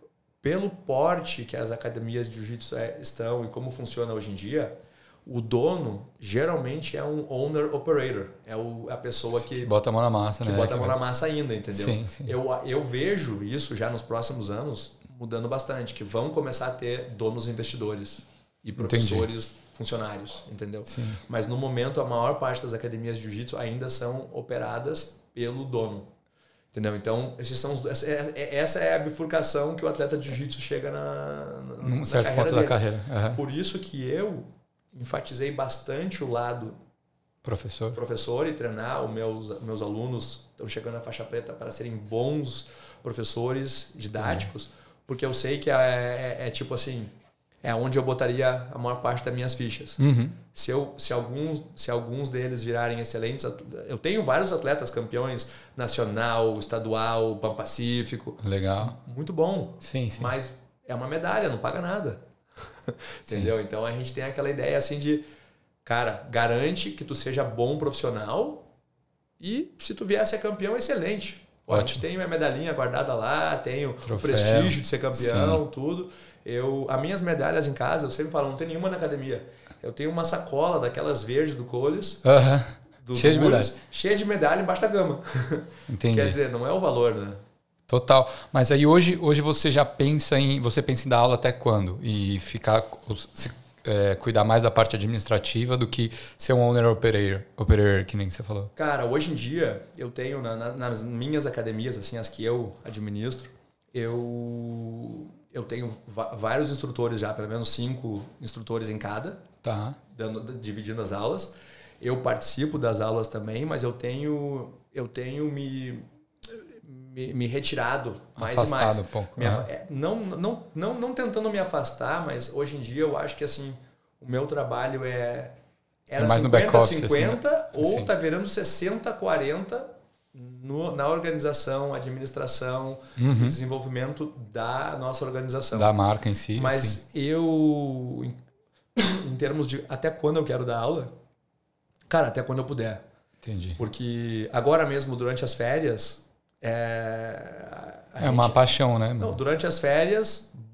Pelo porte que as academias de jiu-jitsu estão e como funciona hoje em dia, o dono geralmente é um owner operator. É o, a pessoa que, que bota a mão na massa, que né? bota a mão na massa ainda, entendeu? Sim, sim. Eu, eu vejo isso já nos próximos anos mudando bastante, que vão começar a ter donos investidores e professores Entendi. funcionários, entendeu? Sim. Mas no momento a maior parte das academias de jiu-jitsu ainda são operadas pelo dono. Entendeu? Então, esses são os, essa é a bifurcação que o atleta de jiu-jitsu chega na, na, Num na certo carreira ponto dele. da carreira. Uhum. Por isso que eu enfatizei bastante o lado professor, professor e treinar. Os meus, meus alunos estão chegando na faixa preta para serem bons professores didáticos, uhum. porque eu sei que é, é, é tipo assim, é onde eu botaria a maior parte das minhas fichas. Uhum. Se, eu, se, alguns, se alguns deles virarem excelentes... Eu tenho vários atletas campeões nacional, estadual, Pan-Pacífico. Legal. Muito bom. Sim, sim. Mas é uma medalha, não paga nada. Entendeu? Sim. Então a gente tem aquela ideia assim de... Cara, garante que tu seja bom profissional e se tu vier a ser campeão, excelente. Pô, a gente tem minha medalhinha guardada lá, tenho Troféu. o prestígio de ser campeão, Sim. tudo... Eu, as minhas medalhas em casa, eu sempre falo, não tem nenhuma na academia. Eu tenho uma sacola daquelas verdes do Coles, uhum. do, cheia, do de medalha. cheia de medalha embaixo da cama. Entendi. Quer dizer, não é o valor, né? Total. Mas aí hoje, hoje você já pensa em... Você pensa em dar aula até quando? E ficar... Se, é, cuidar mais da parte administrativa do que ser um owner operator, operator, que nem você falou. Cara, hoje em dia, eu tenho na, na, nas minhas academias, assim, as que eu administro, eu... Eu tenho vários instrutores já, pelo menos cinco instrutores em cada, tá. dando, dividindo as aulas. Eu participo das aulas também, mas eu tenho, eu tenho me, me, me retirado mais Afastado e mais. um pouco. Me, uhum. não, não, não, não tentando me afastar, mas hoje em dia eu acho que assim, o meu trabalho é era é mais cinquenta a cinquenta assim, né? ou Sim. tá virando sessenta a quarenta No, na organização, administração uhum. e desenvolvimento da nossa organização. Da marca em si. Mas sim. eu, em, em termos de até quando eu quero dar aula, cara, até quando eu puder. Entendi. Porque agora mesmo, durante as férias... É, é gente, uma paixão, né? Não, durante as férias,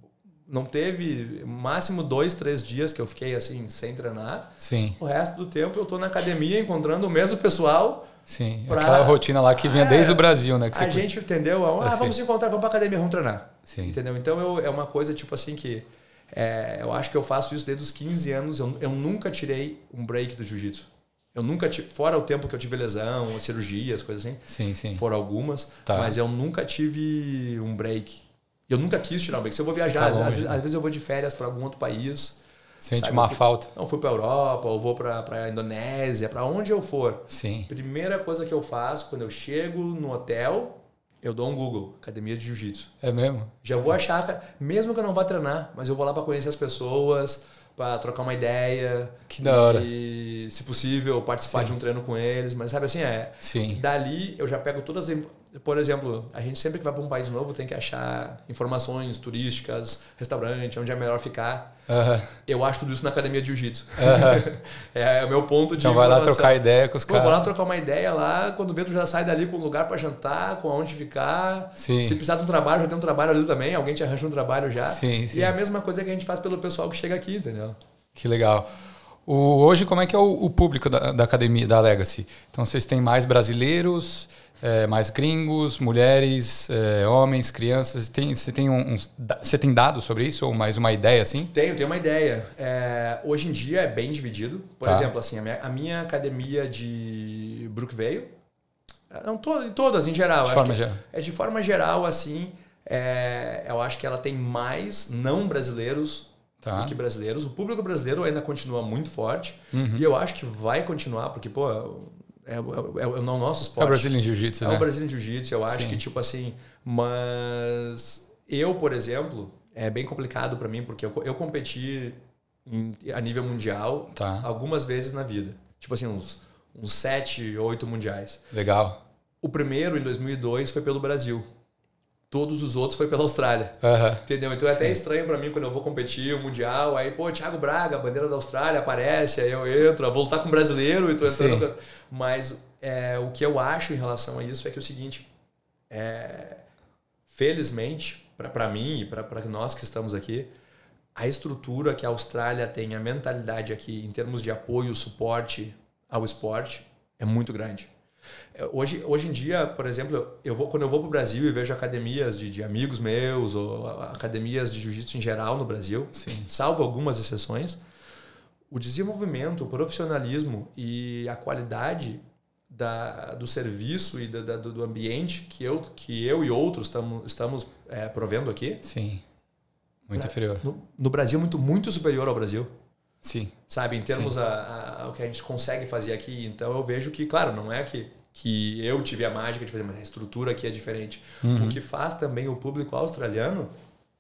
não teve máximo dois, três dias que eu fiquei assim, sem treinar. Sim. O resto do tempo eu tô na academia encontrando o mesmo pessoal. Sim, pra... aquela rotina lá que vinha é, desde o Brasil, né? Que a você... gente entendeu, ah, vamos se encontrar, vamos pra academia, vamos treinar. Sim. Entendeu? Então eu, é uma coisa tipo assim que é, eu acho que eu faço isso desde os quinze anos, eu, eu nunca tirei um break do jiu-jitsu. Eu nunca tive, fora o tempo que eu tive lesão, cirurgias, coisas assim. Sim, sim. Foram algumas, tá. mas eu nunca tive um break. Eu nunca quis tirar um break. Se eu vou viajar, às, vezes, às vezes eu vou de férias para algum outro país. Sente sabe? uma fui, falta. Não, fui para Europa, ou vou para a Indonésia, para onde eu for. Sim. Primeira coisa que eu faço, quando eu chego no hotel, eu dou um Google, academia de jiu-jitsu. É mesmo? Já vou achar, mesmo que eu não vá treinar, mas eu vou lá para conhecer as pessoas, para trocar uma ideia. Que da hora. E, se possível, participar Sim. de um treino com eles. Mas sabe assim, é... Sim. Dali eu já pego todas as... Por exemplo, a gente sempre que vai para um país novo tem que achar informações turísticas, restaurante, onde é melhor ficar. Uh-huh. Eu acho tudo isso na academia de jiu-jitsu. Uh-huh. É o meu ponto de Então vai lá trocar ideia com os caras. Vou lá trocar uma ideia lá, quando vê tu já sai dali com um lugar para jantar, com onde ficar. Sim. Se precisar de um trabalho, já tem um trabalho ali também, alguém te arranja um trabalho já. Sim, sim. E é a mesma coisa que a gente faz pelo pessoal que chega aqui, entendeu? Que legal. O, hoje, como é que é o, o público da, da academia, da Legacy? Então, vocês têm mais brasileiros, é, mais gringos, mulheres, é, homens, crianças? Tem, você, tem uns, você tem dados sobre isso ou mais uma ideia assim? Tenho, tenho uma ideia. É, hoje em dia é bem dividido. Por tá. exemplo, assim, a minha, a minha academia de Brookvale, não, to, todas em geral. De acho forma que geral. É, é de forma geral, assim, é, eu acho que ela tem mais não brasileiros tá. do que brasileiros. O público brasileiro ainda continua muito forte. Uhum. E eu acho que vai continuar, porque, pô, é, é, é, é o nosso esporte. É o Brazilian Jiu-Jitsu, é né? É o Brazilian Jiu-Jitsu, eu acho Sim. que, tipo assim... Mas eu, por exemplo, é bem complicado para mim, porque eu, eu competi em, a nível mundial tá. algumas vezes na vida. Tipo assim, uns, uns sete, oito mundiais. Legal. O primeiro, em dois mil e dois, foi pelo Brasil. Todos os outros foi pela Austrália. Uh-huh. Entendeu? Então é Sim. até estranho pra mim quando eu vou competir o Mundial. Aí, pô, Thiago Braga, a bandeira da Austrália aparece, aí eu entro, vou lutar com um brasileiro e tô entrando. Sim. Mas é, o que eu acho em relação a isso é que é o seguinte: é, felizmente, pra, pra mim e pra, pra nós que estamos aqui, a estrutura que a Austrália tem, a mentalidade aqui em termos de apoio, suporte ao esporte é muito grande. Hoje, hoje em dia, por exemplo, eu vou, quando eu vou para o Brasil e vejo academias de, de amigos meus ou academias de jiu-jitsu em geral no Brasil, Sim. salvo algumas exceções, o desenvolvimento, o profissionalismo e a qualidade da, do serviço e da, da, do ambiente que eu, que eu e outros tamo, estamos é, provendo aqui. Sim, muito pra, inferior. No, no Brasil, muito, muito superior ao Brasil. Sim. Sabe, em termos a, a, ao que a gente consegue fazer aqui. Então eu vejo que, claro, não é que, que eu tive a mágica de fazer, mas a estrutura aqui é diferente. Uhum. O que faz também o público australiano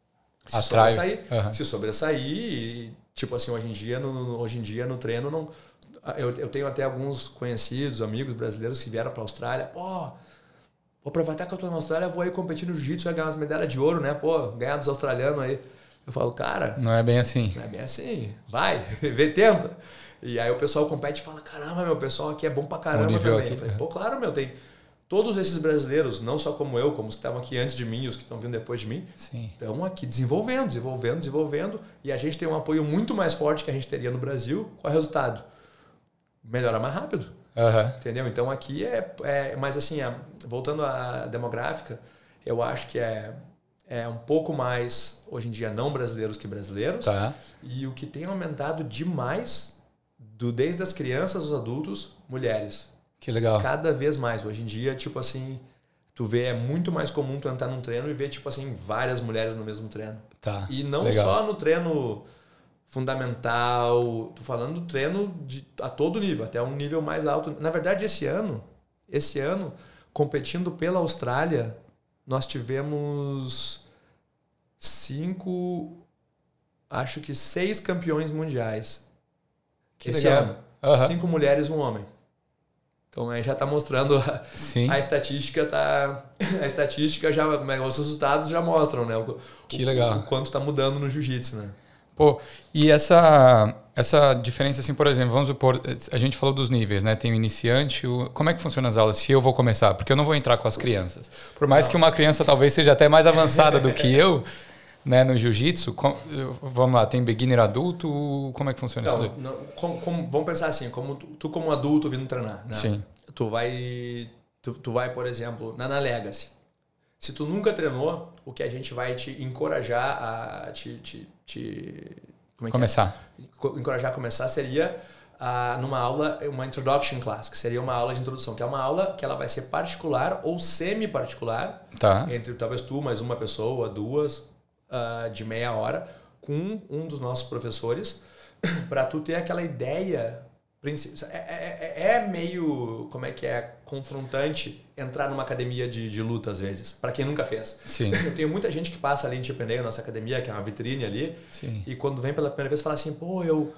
se Atrai. sobressair. Uhum. Se sobressair e, tipo assim, hoje em dia no, hoje em dia, no treino, não, eu, eu tenho até alguns conhecidos, amigos brasileiros que vieram para a Austrália. Pô, vou aproveitar que eu tô na Austrália, vou aí competir no jiu-jitsu, vai ganhar umas medalhas de ouro, né? Pô, ganhar dos australianos aí. Eu falo, cara... Não é bem assim. Não é bem assim. Vai, vê, tenta. E aí o pessoal compete e fala, caramba, meu, o pessoal aqui é bom pra caramba também. Aqui, eu falei, é. pô, claro, meu, tem todos esses brasileiros, não só como eu, como os que estavam aqui antes de mim e os que estão vindo depois de mim, Sim. estão aqui desenvolvendo, desenvolvendo, desenvolvendo. E a gente tem um apoio muito mais forte que a gente teria no Brasil. Qual é o resultado? Melhora mais rápido. Uhum. Entendeu? Então aqui é... é mas assim, é, voltando à demográfica, eu acho que é... É um pouco mais, hoje em dia, não brasileiros que brasileiros. Tá. E o que tem aumentado demais, do, desde as crianças aos adultos, mulheres. Que legal. Cada vez mais. Hoje em dia, tipo assim, tu vê, é muito mais comum tu entrar num treino e ver, tipo assim, várias mulheres no mesmo treino. Tá. E não legal. só no treino fundamental, tô falando do treino de, a todo nível, até um nível mais alto. Na verdade, esse ano, esse ano, competindo pela Austrália, nós tivemos cinco, acho que seis campeões mundiais. Que esse legal. ano. Uhum. Cinco mulheres e um homem. Então aí já está mostrando a, a estatística tá a estatística já, os resultados já mostram, né? O, que o, legal. O quanto está mudando no jiu-jitsu, né? Pô, e essa, essa diferença, assim, por exemplo, vamos supor, a gente falou dos níveis, né? Tem o iniciante, o, como é que funciona as aulas se eu vou começar? Porque eu não vou entrar com as crianças. Por mais não. que uma criança talvez seja até mais avançada do que eu, né, no jiu-jitsu, vamos lá, tem beginner adulto, como é que funciona então, isso daí? Não, como, como, vamos pensar assim, como tu, tu como adulto vindo treinar, né? Sim. Tu vai, tu, tu vai, por exemplo, na, na Legacy. Se tu nunca treinou, o que a gente vai te encorajar a te, te, te como é começar. Que é? Encorajar a começar seria a, numa aula, uma introduction class, que seria uma aula de introdução, que é uma aula que ela vai ser particular ou semi-particular, tá. entre talvez tu mais uma pessoa, duas, uh, de meia hora, com um dos nossos professores, para tu ter aquela ideia. É, é, é meio, como é que é, confrontante entrar numa academia de, de luta às vezes, para quem nunca fez. Sim. Eu tenho muita gente que passa ali em Chippendale, nossa academia, que é uma vitrine ali, sim. E quando vem pela primeira vez fala assim, pô, eu,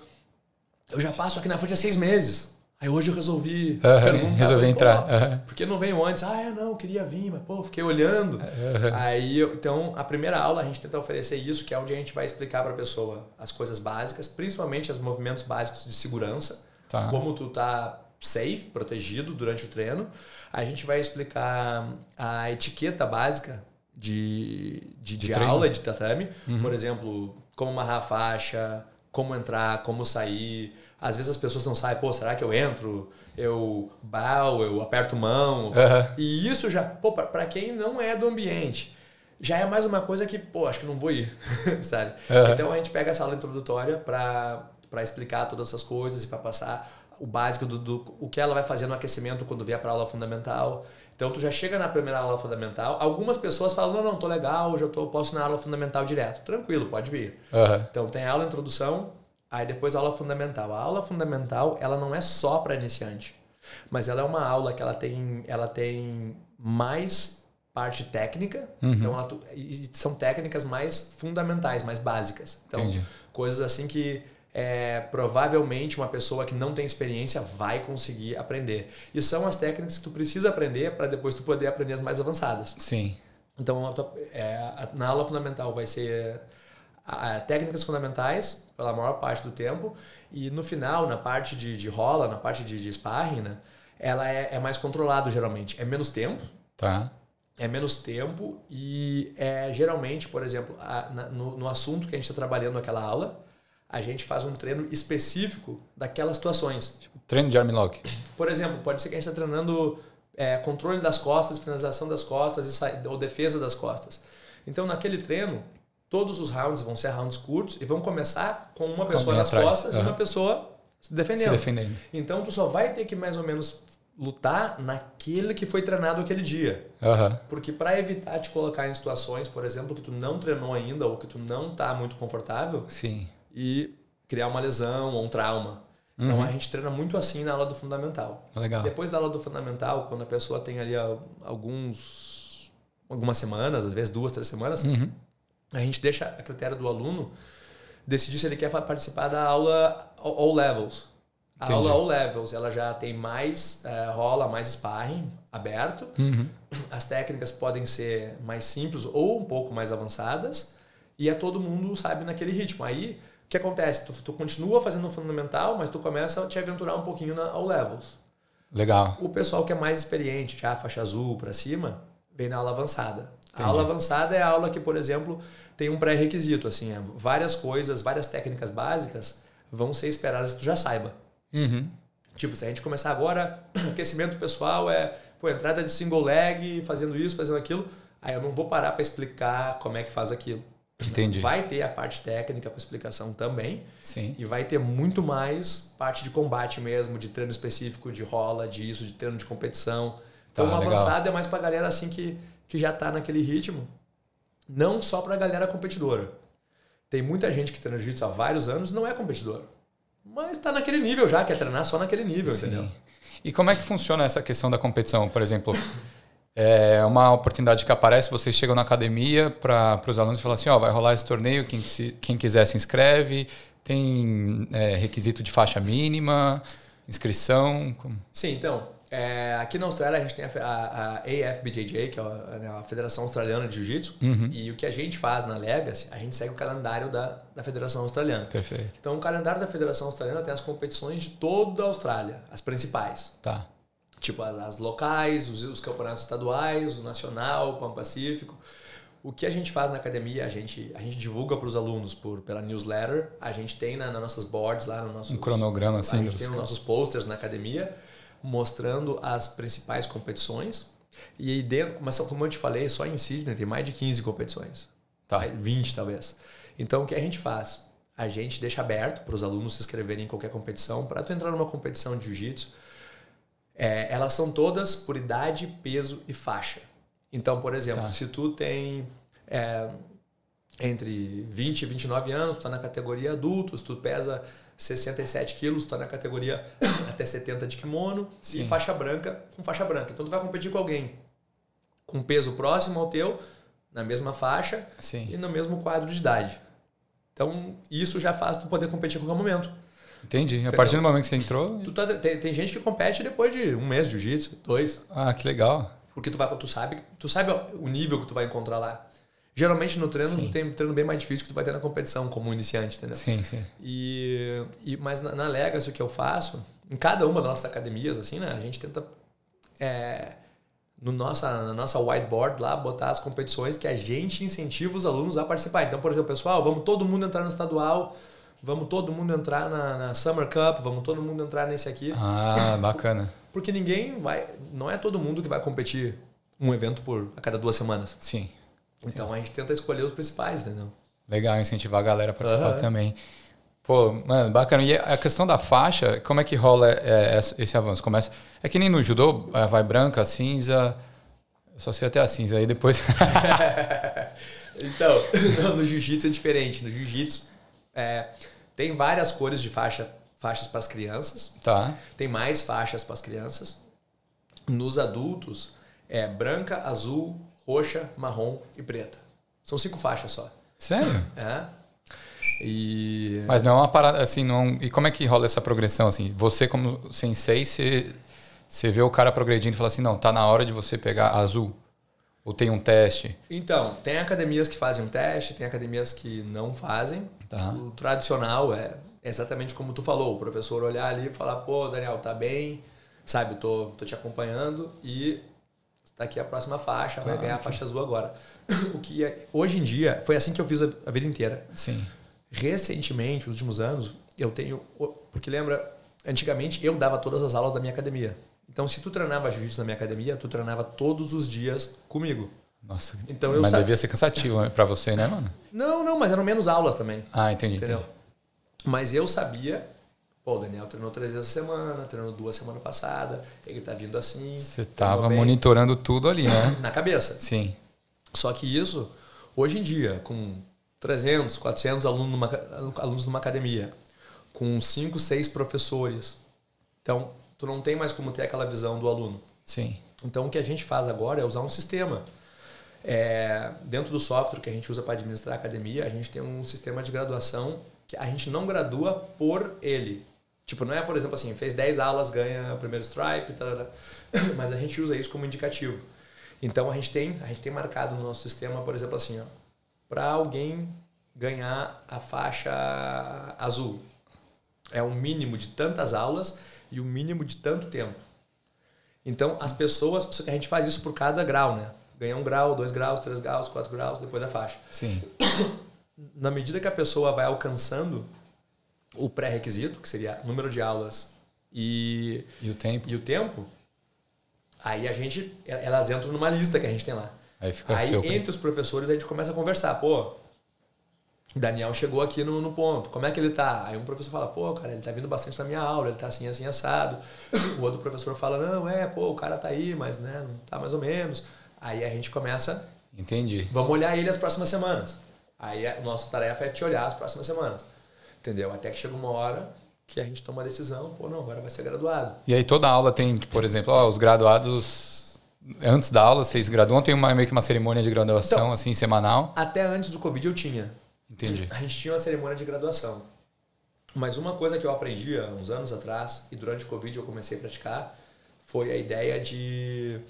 eu já passo aqui na frente há seis meses. Aí hoje eu resolvi uhum, perguntar. Resolvi falei, entrar. Uhum. Uhum. Por que não veio antes? Ah, eu não, eu queria vir, mas pô, fiquei olhando. Uhum. Aí, eu, então, a primeira aula a gente tenta oferecer isso, que é onde a gente vai explicar para a pessoa as coisas básicas, principalmente os movimentos básicos de segurança. Tá. Como tu tá safe, protegido durante o treino. A gente vai explicar a etiqueta básica de, de, de, de aula de tatame. Uhum. Por exemplo, como amarrar a faixa, como entrar, como sair. Às vezes as pessoas não sabem, pô, será que eu entro? Eu bow, eu aperto mão. Uhum. E isso já, pô, para quem não é do ambiente, já é mais uma coisa que, pô, acho que não vou ir, sabe? Uhum. Então a gente pega essa aula introdutória para para explicar todas essas coisas e para passar o básico do, do o que ela vai fazer no aquecimento quando vier para a aula fundamental. Então tu já chega na primeira aula fundamental. Algumas pessoas falam, não, não, tô legal, já tô, posso ir na aula fundamental direto. Tranquilo, pode vir. Uhum. Então tem a aula introdução, aí depois a aula fundamental. A aula fundamental, ela não é só para iniciante, mas ela é uma aula que ela tem, ela tem mais parte técnica, uhum. Então ela, e são técnicas mais fundamentais, mais básicas. Então, entendi. Coisas assim que É, provavelmente uma pessoa que não tem experiência vai conseguir aprender. E são as técnicas que tu precisa aprender para depois tu poder aprender as mais avançadas. Sim. Então, é, na aula fundamental vai ser a, a, técnicas fundamentais pela maior parte do tempo, e no final, na parte de, de rola, na parte de, de sparring, né, ela é, é mais controlado geralmente. É menos tempo. Tá. É menos tempo e é geralmente, por exemplo, a, na, no, no assunto que a gente está trabalhando naquela aula, a gente faz um treino específico daquelas situações. Tipo, treino de armlock. Por exemplo, pode ser que a gente está treinando é, controle das costas, finalização das costas e sa... ou defesa das costas. Então, naquele treino, todos os rounds vão ser rounds curtos e vão começar com uma pessoa nas atrás. costas uhum. e uma pessoa se defendendo. se defendendo. Então, tu só vai ter que mais ou menos lutar naquele que foi treinado aquele dia. Uhum. Porque para evitar te colocar em situações, por exemplo, que tu não treinou ainda ou que tu não está muito confortável... Sim. E criar uma lesão ou um trauma. Uhum. Então a gente treina muito assim na aula do fundamental. Legal. Depois da aula do fundamental, quando a pessoa tem ali alguns, algumas semanas, às vezes duas, três semanas, uhum. a gente deixa a critério do aluno decidir se ele quer participar da aula All Levels. A Entendi. aula All Levels, ela já tem mais uh, rola, mais sparring aberto. Uhum. As técnicas podem ser mais simples ou um pouco mais avançadas. E é todo mundo, sabe, naquele ritmo. Aí, o que acontece? Tu, tu continua fazendo o fundamental, mas tu começa a te aventurar um pouquinho na All Levels. Legal. O pessoal que é mais experiente, já faixa azul para cima, vem na aula avançada. Entendi. A aula avançada é a aula que, por exemplo, tem um pré-requisito. Assim, é, várias coisas, várias técnicas básicas vão ser esperadas que tu já saiba. Uhum. Tipo, se a gente começar agora, aquecimento pessoal é pô, entrada de single leg, fazendo isso, fazendo aquilo. Aí eu não vou parar para explicar como é que faz aquilo. Entendi. Vai ter a parte técnica com explicação também. Sim. E vai ter muito mais parte de combate mesmo, de treino específico, de rola, disso, de treino de competição. Então, o tá, avançado legal. É mais pra galera assim que, que já tá naquele ritmo. Não só pra galera competidora. Tem muita gente que treina jiu-jitsu há vários anos e não é competidor. Mas tá naquele nível já, quer treinar só naquele nível, Sim. entendeu? E como é que funciona essa questão da competição? Por exemplo... É uma oportunidade que aparece, vocês chegam na academia para os alunos e falam assim, ó, vai rolar esse torneio, quem, se, quem quiser se inscreve, tem é, requisito de faixa mínima, inscrição... Como... Sim, então, é, aqui na Austrália a gente tem a, a, a A F B J J, que é a, a Federação Australiana de Jiu-Jitsu, uhum. e o que a gente faz na Legacy, a gente segue o calendário da, da Federação Australiana. Perfeito. Então, o calendário da Federação Australiana tem as competições de toda a Austrália, as principais. Tá. Tipo, as locais, os, os campeonatos estaduais, o nacional, o Pan Pacífico. O que a gente faz na academia, a gente, a gente divulga para os alunos por, pela newsletter, a gente tem na, nas nossas boards lá no nosso... Um cronograma, assim. A gente tem os nossos posters na academia, mostrando as principais competições. E aí dentro, mas como eu te falei, só em Sydney tem mais de quinze competições. Tá. vinte talvez. Então o que a gente faz? A gente deixa aberto para os alunos se inscreverem em qualquer competição. Para tu entrar numa competição de jiu-jitsu, é, elas são todas por idade, peso e faixa. Então, por exemplo, tá. se tu tem é, entre vinte e vinte e nove anos, tu está na categoria adultos, tu pesa sessenta e sete quilos, tu está na categoria até setenta de kimono. Sim. E faixa branca com faixa branca. Então tu vai competir com alguém com peso próximo ao teu, na mesma faixa. Sim. E no mesmo quadro de idade. Então isso já faz tu poder competir a qualquer momento. Entendi. Entendeu? A partir do momento que você entrou... Tu tá, tem, tem gente que compete depois de um mês de jiu-jitsu, dois. Ah, que legal. Porque tu, vai, tu, sabe, tu sabe o nível que tu vai encontrar lá. Geralmente no treino, sim. tu tem um treino bem mais difícil que tu vai ter na competição, como iniciante, entendeu? Sim, sim. E, e, mas na, na Legacy, o que eu faço, em cada uma das nossas academias, assim, né, a gente tenta, é, no nossa, na nossa whiteboard lá, botar as competições que a gente incentiva os alunos a participar. Então, por exemplo, pessoal, vamos todo mundo entrar no estadual, vamos todo mundo entrar na, na Summer Cup, vamos todo mundo entrar nesse aqui. Ah, bacana. Porque ninguém vai... Não é todo mundo que vai competir um evento por a cada duas semanas. Sim. Então sim. a gente tenta escolher os principais, entendeu? Legal, incentivar a galera a participar uhum. também. Pô, mano, bacana. E a questão da faixa, como é que rola é, esse avanço? Começa... É que nem no judô, vai branca, cinza... Eu só sei até a cinza, aí depois... Então, no jiu-jitsu é diferente. No jiu-jitsu é, tem várias cores de faixa... faixas para as crianças. Tá. Tem mais faixas para as crianças. Nos adultos, é branca, azul, roxa, marrom e preta. São cinco faixas só. Sério? É. E... Mas não é uma parada assim, não... E como é que rola essa progressão assim? Você como sensei, você, você vê o cara progredindo e fala assim, não, tá na hora de você pegar azul. Ou tem um teste? Então, tem academias que fazem um teste, tem academias que não fazem. Tá. O tradicional é exatamente como tu falou, o professor olhar ali e falar, pô, Daniel, tá bem, sabe, tô, tô te acompanhando e tá aqui a próxima faixa, vai ah, ganhar okay. a faixa azul agora. O que é, hoje em dia, foi assim que eu fiz a, a vida inteira. Sim. Recentemente, nos últimos anos, eu tenho... Porque lembra, antigamente eu dava todas as aulas da minha academia. Então, se tu treinava jiu-jitsu na minha academia, tu treinava todos os dias comigo. Nossa, então, mas eu devia ser cansativo pra você, né, mano? Não, não, mas eram menos aulas também. Ah, entendi. Entendeu? entendi. Mas eu sabia, pô, o Daniel treinou três vezes a semana, treinou duas semana passada, ele tá vindo assim. Você tava monitorando tudo ali, né? Na cabeça. Sim. Só que isso, hoje em dia, com trezentos, quatrocentos alunos numa, alunos numa academia, com cinco, seis professores, então tu não tem mais como ter aquela visão do aluno. Sim. Então o que a gente faz agora é usar um sistema. É, dentro do software que a gente usa para administrar a academia, a gente tem um sistema de graduação que a gente não gradua por ele. Tipo, não é, por exemplo, assim, fez dez aulas, ganha o primeiro stripe, tarará, mas a gente usa isso como indicativo. Então a gente tem, a gente tem marcado no nosso sistema, por exemplo, assim, para alguém ganhar a faixa azul, é um mínimo de tantas aulas e o um mínimo de tanto tempo. Então as pessoas, só que a gente faz isso por cada grau, né? Ganha um grau, dois graus, três graus, quatro graus, depois a faixa. Sim. Na medida que a pessoa vai alcançando o pré-requisito, que seria número de aulas e, e, o tempo. e o tempo, aí a gente, elas entram numa lista que a gente tem lá. Aí, fica aí seu, entre os professores a gente começa a conversar. Pô, Daniel chegou aqui no, no ponto, como é que ele tá? Aí um professor fala, pô, cara, ele tá vindo bastante na minha aula, ele tá assim, assim, assado. O outro professor fala, não, é, pô, o cara tá aí, mas né, não tá mais ou menos. Aí a gente começa... Entendi. Vamos olhar ele as próximas semanas. Aí a nossa tarefa é te olhar as próximas semanas. Entendeu? Até que chega uma hora que a gente toma a decisão, pô, não, agora vai ser graduado. E aí toda aula tem, por exemplo, ó, os graduados, antes da aula, vocês graduam, tem uma, meio que uma cerimônia de graduação, então, assim, semanal? Até antes do Covid eu tinha. Entendi. A gente tinha uma cerimônia de graduação. Mas uma coisa que eu aprendi há uns anos atrás, e durante o Covid eu comecei a praticar, foi a ideia de...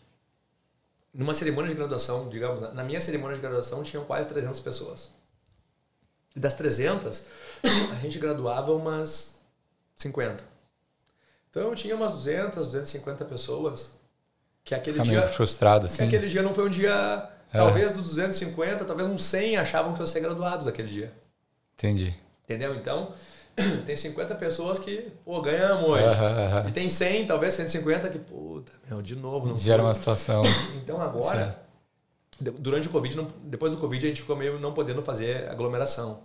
Numa cerimônia de graduação, digamos, na minha cerimônia de graduação tinham quase trezentas pessoas. E das trezentas, a gente graduava umas cinquenta. Então eu tinha umas duzentas, duzentas e cinquenta pessoas que aquele Fica dia... meio frustrado, assim. Que aquele dia não foi um dia Talvez dos duzentos e cinquenta, talvez uns cem achavam que eu ia ser graduado naquele dia. Entendi. Entendeu? Então, tem cinquenta pessoas que, pô, ganhamos hoje. Uhum, uhum. E tem cem, talvez cento e cinquenta que, puta, meu, de novo. Não Gera foi. uma situação. Então agora, Sim. durante o Covid, não, depois do Covid, a gente ficou meio não podendo fazer aglomeração.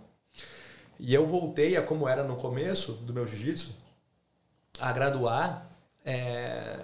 E eu voltei a como era no começo do meu jiu-jitsu, a graduar é,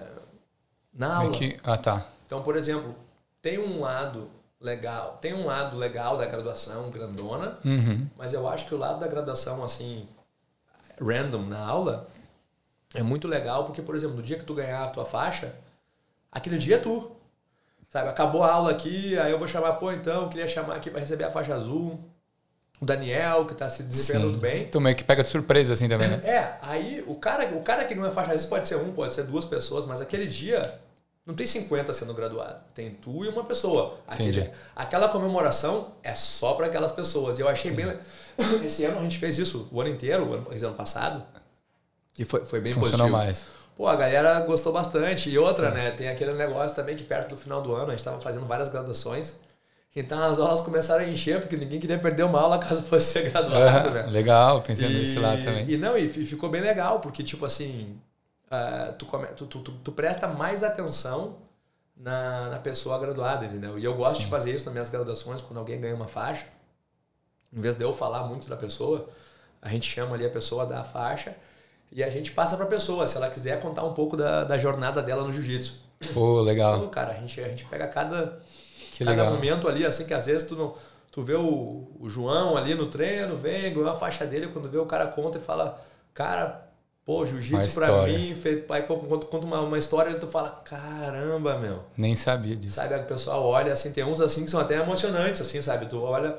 na aula. Que... Ah, tá. Então, por exemplo, tem um lado legal, tem um lado legal da graduação grandona, uhum. mas eu acho que o lado da graduação, assim, random na aula, é muito legal porque, por exemplo, no dia que tu ganhar a tua faixa, aquele dia é tu. Sabe, acabou a aula aqui, aí eu vou chamar, pô, então, eu queria chamar aqui para receber a faixa azul, o Daniel, que tá se desempenhando muito bem. Tu meio que pega de surpresa, assim, também, né? É, aí o cara, o cara que ganha a faixa azul pode ser um, pode ser duas pessoas, mas aquele dia não tem cinquenta sendo graduado. Tem tu e uma pessoa. Aquele, aquela comemoração é só para aquelas pessoas. E eu achei Entendi. bem... Esse ano a gente fez isso o ano inteiro, o ano, ano passado, e foi, foi bem Funcionou positivo. mais. Pô, a galera gostou bastante. E outra, Sim. né, tem aquele negócio também que perto do final do ano a gente estava fazendo várias graduações. Então as aulas começaram a encher, porque ninguém queria perder uma aula caso fosse ser graduado. Uhum, né? Legal, pensando e, nesse lado também. E não, e ficou bem legal, porque tipo assim, uh, tu, come, tu, tu, tu, tu presta mais atenção na, na pessoa graduada, entendeu? E eu gosto Sim. de fazer isso nas minhas graduações, quando alguém ganha uma faixa. Em vez de eu falar muito da pessoa, a gente chama ali a pessoa da faixa e a gente passa para a pessoa, se ela quiser contar um pouco da, da jornada dela no jiu-jitsu. Pô, legal. Pô, cara, a gente, a gente pega cada, que cada legal. momento ali, assim, que às vezes tu, não, tu vê o, o João ali no treino, vem, ganhou a faixa dele, quando vê o cara conta e fala, cara, pô, jiu-jitsu pra mim, aí conta, conta uma, uma história e tu fala, caramba, meu. Nem sabia disso. Sabe, o pessoal olha, assim, tem uns assim que são até emocionantes, assim, sabe, tu olha...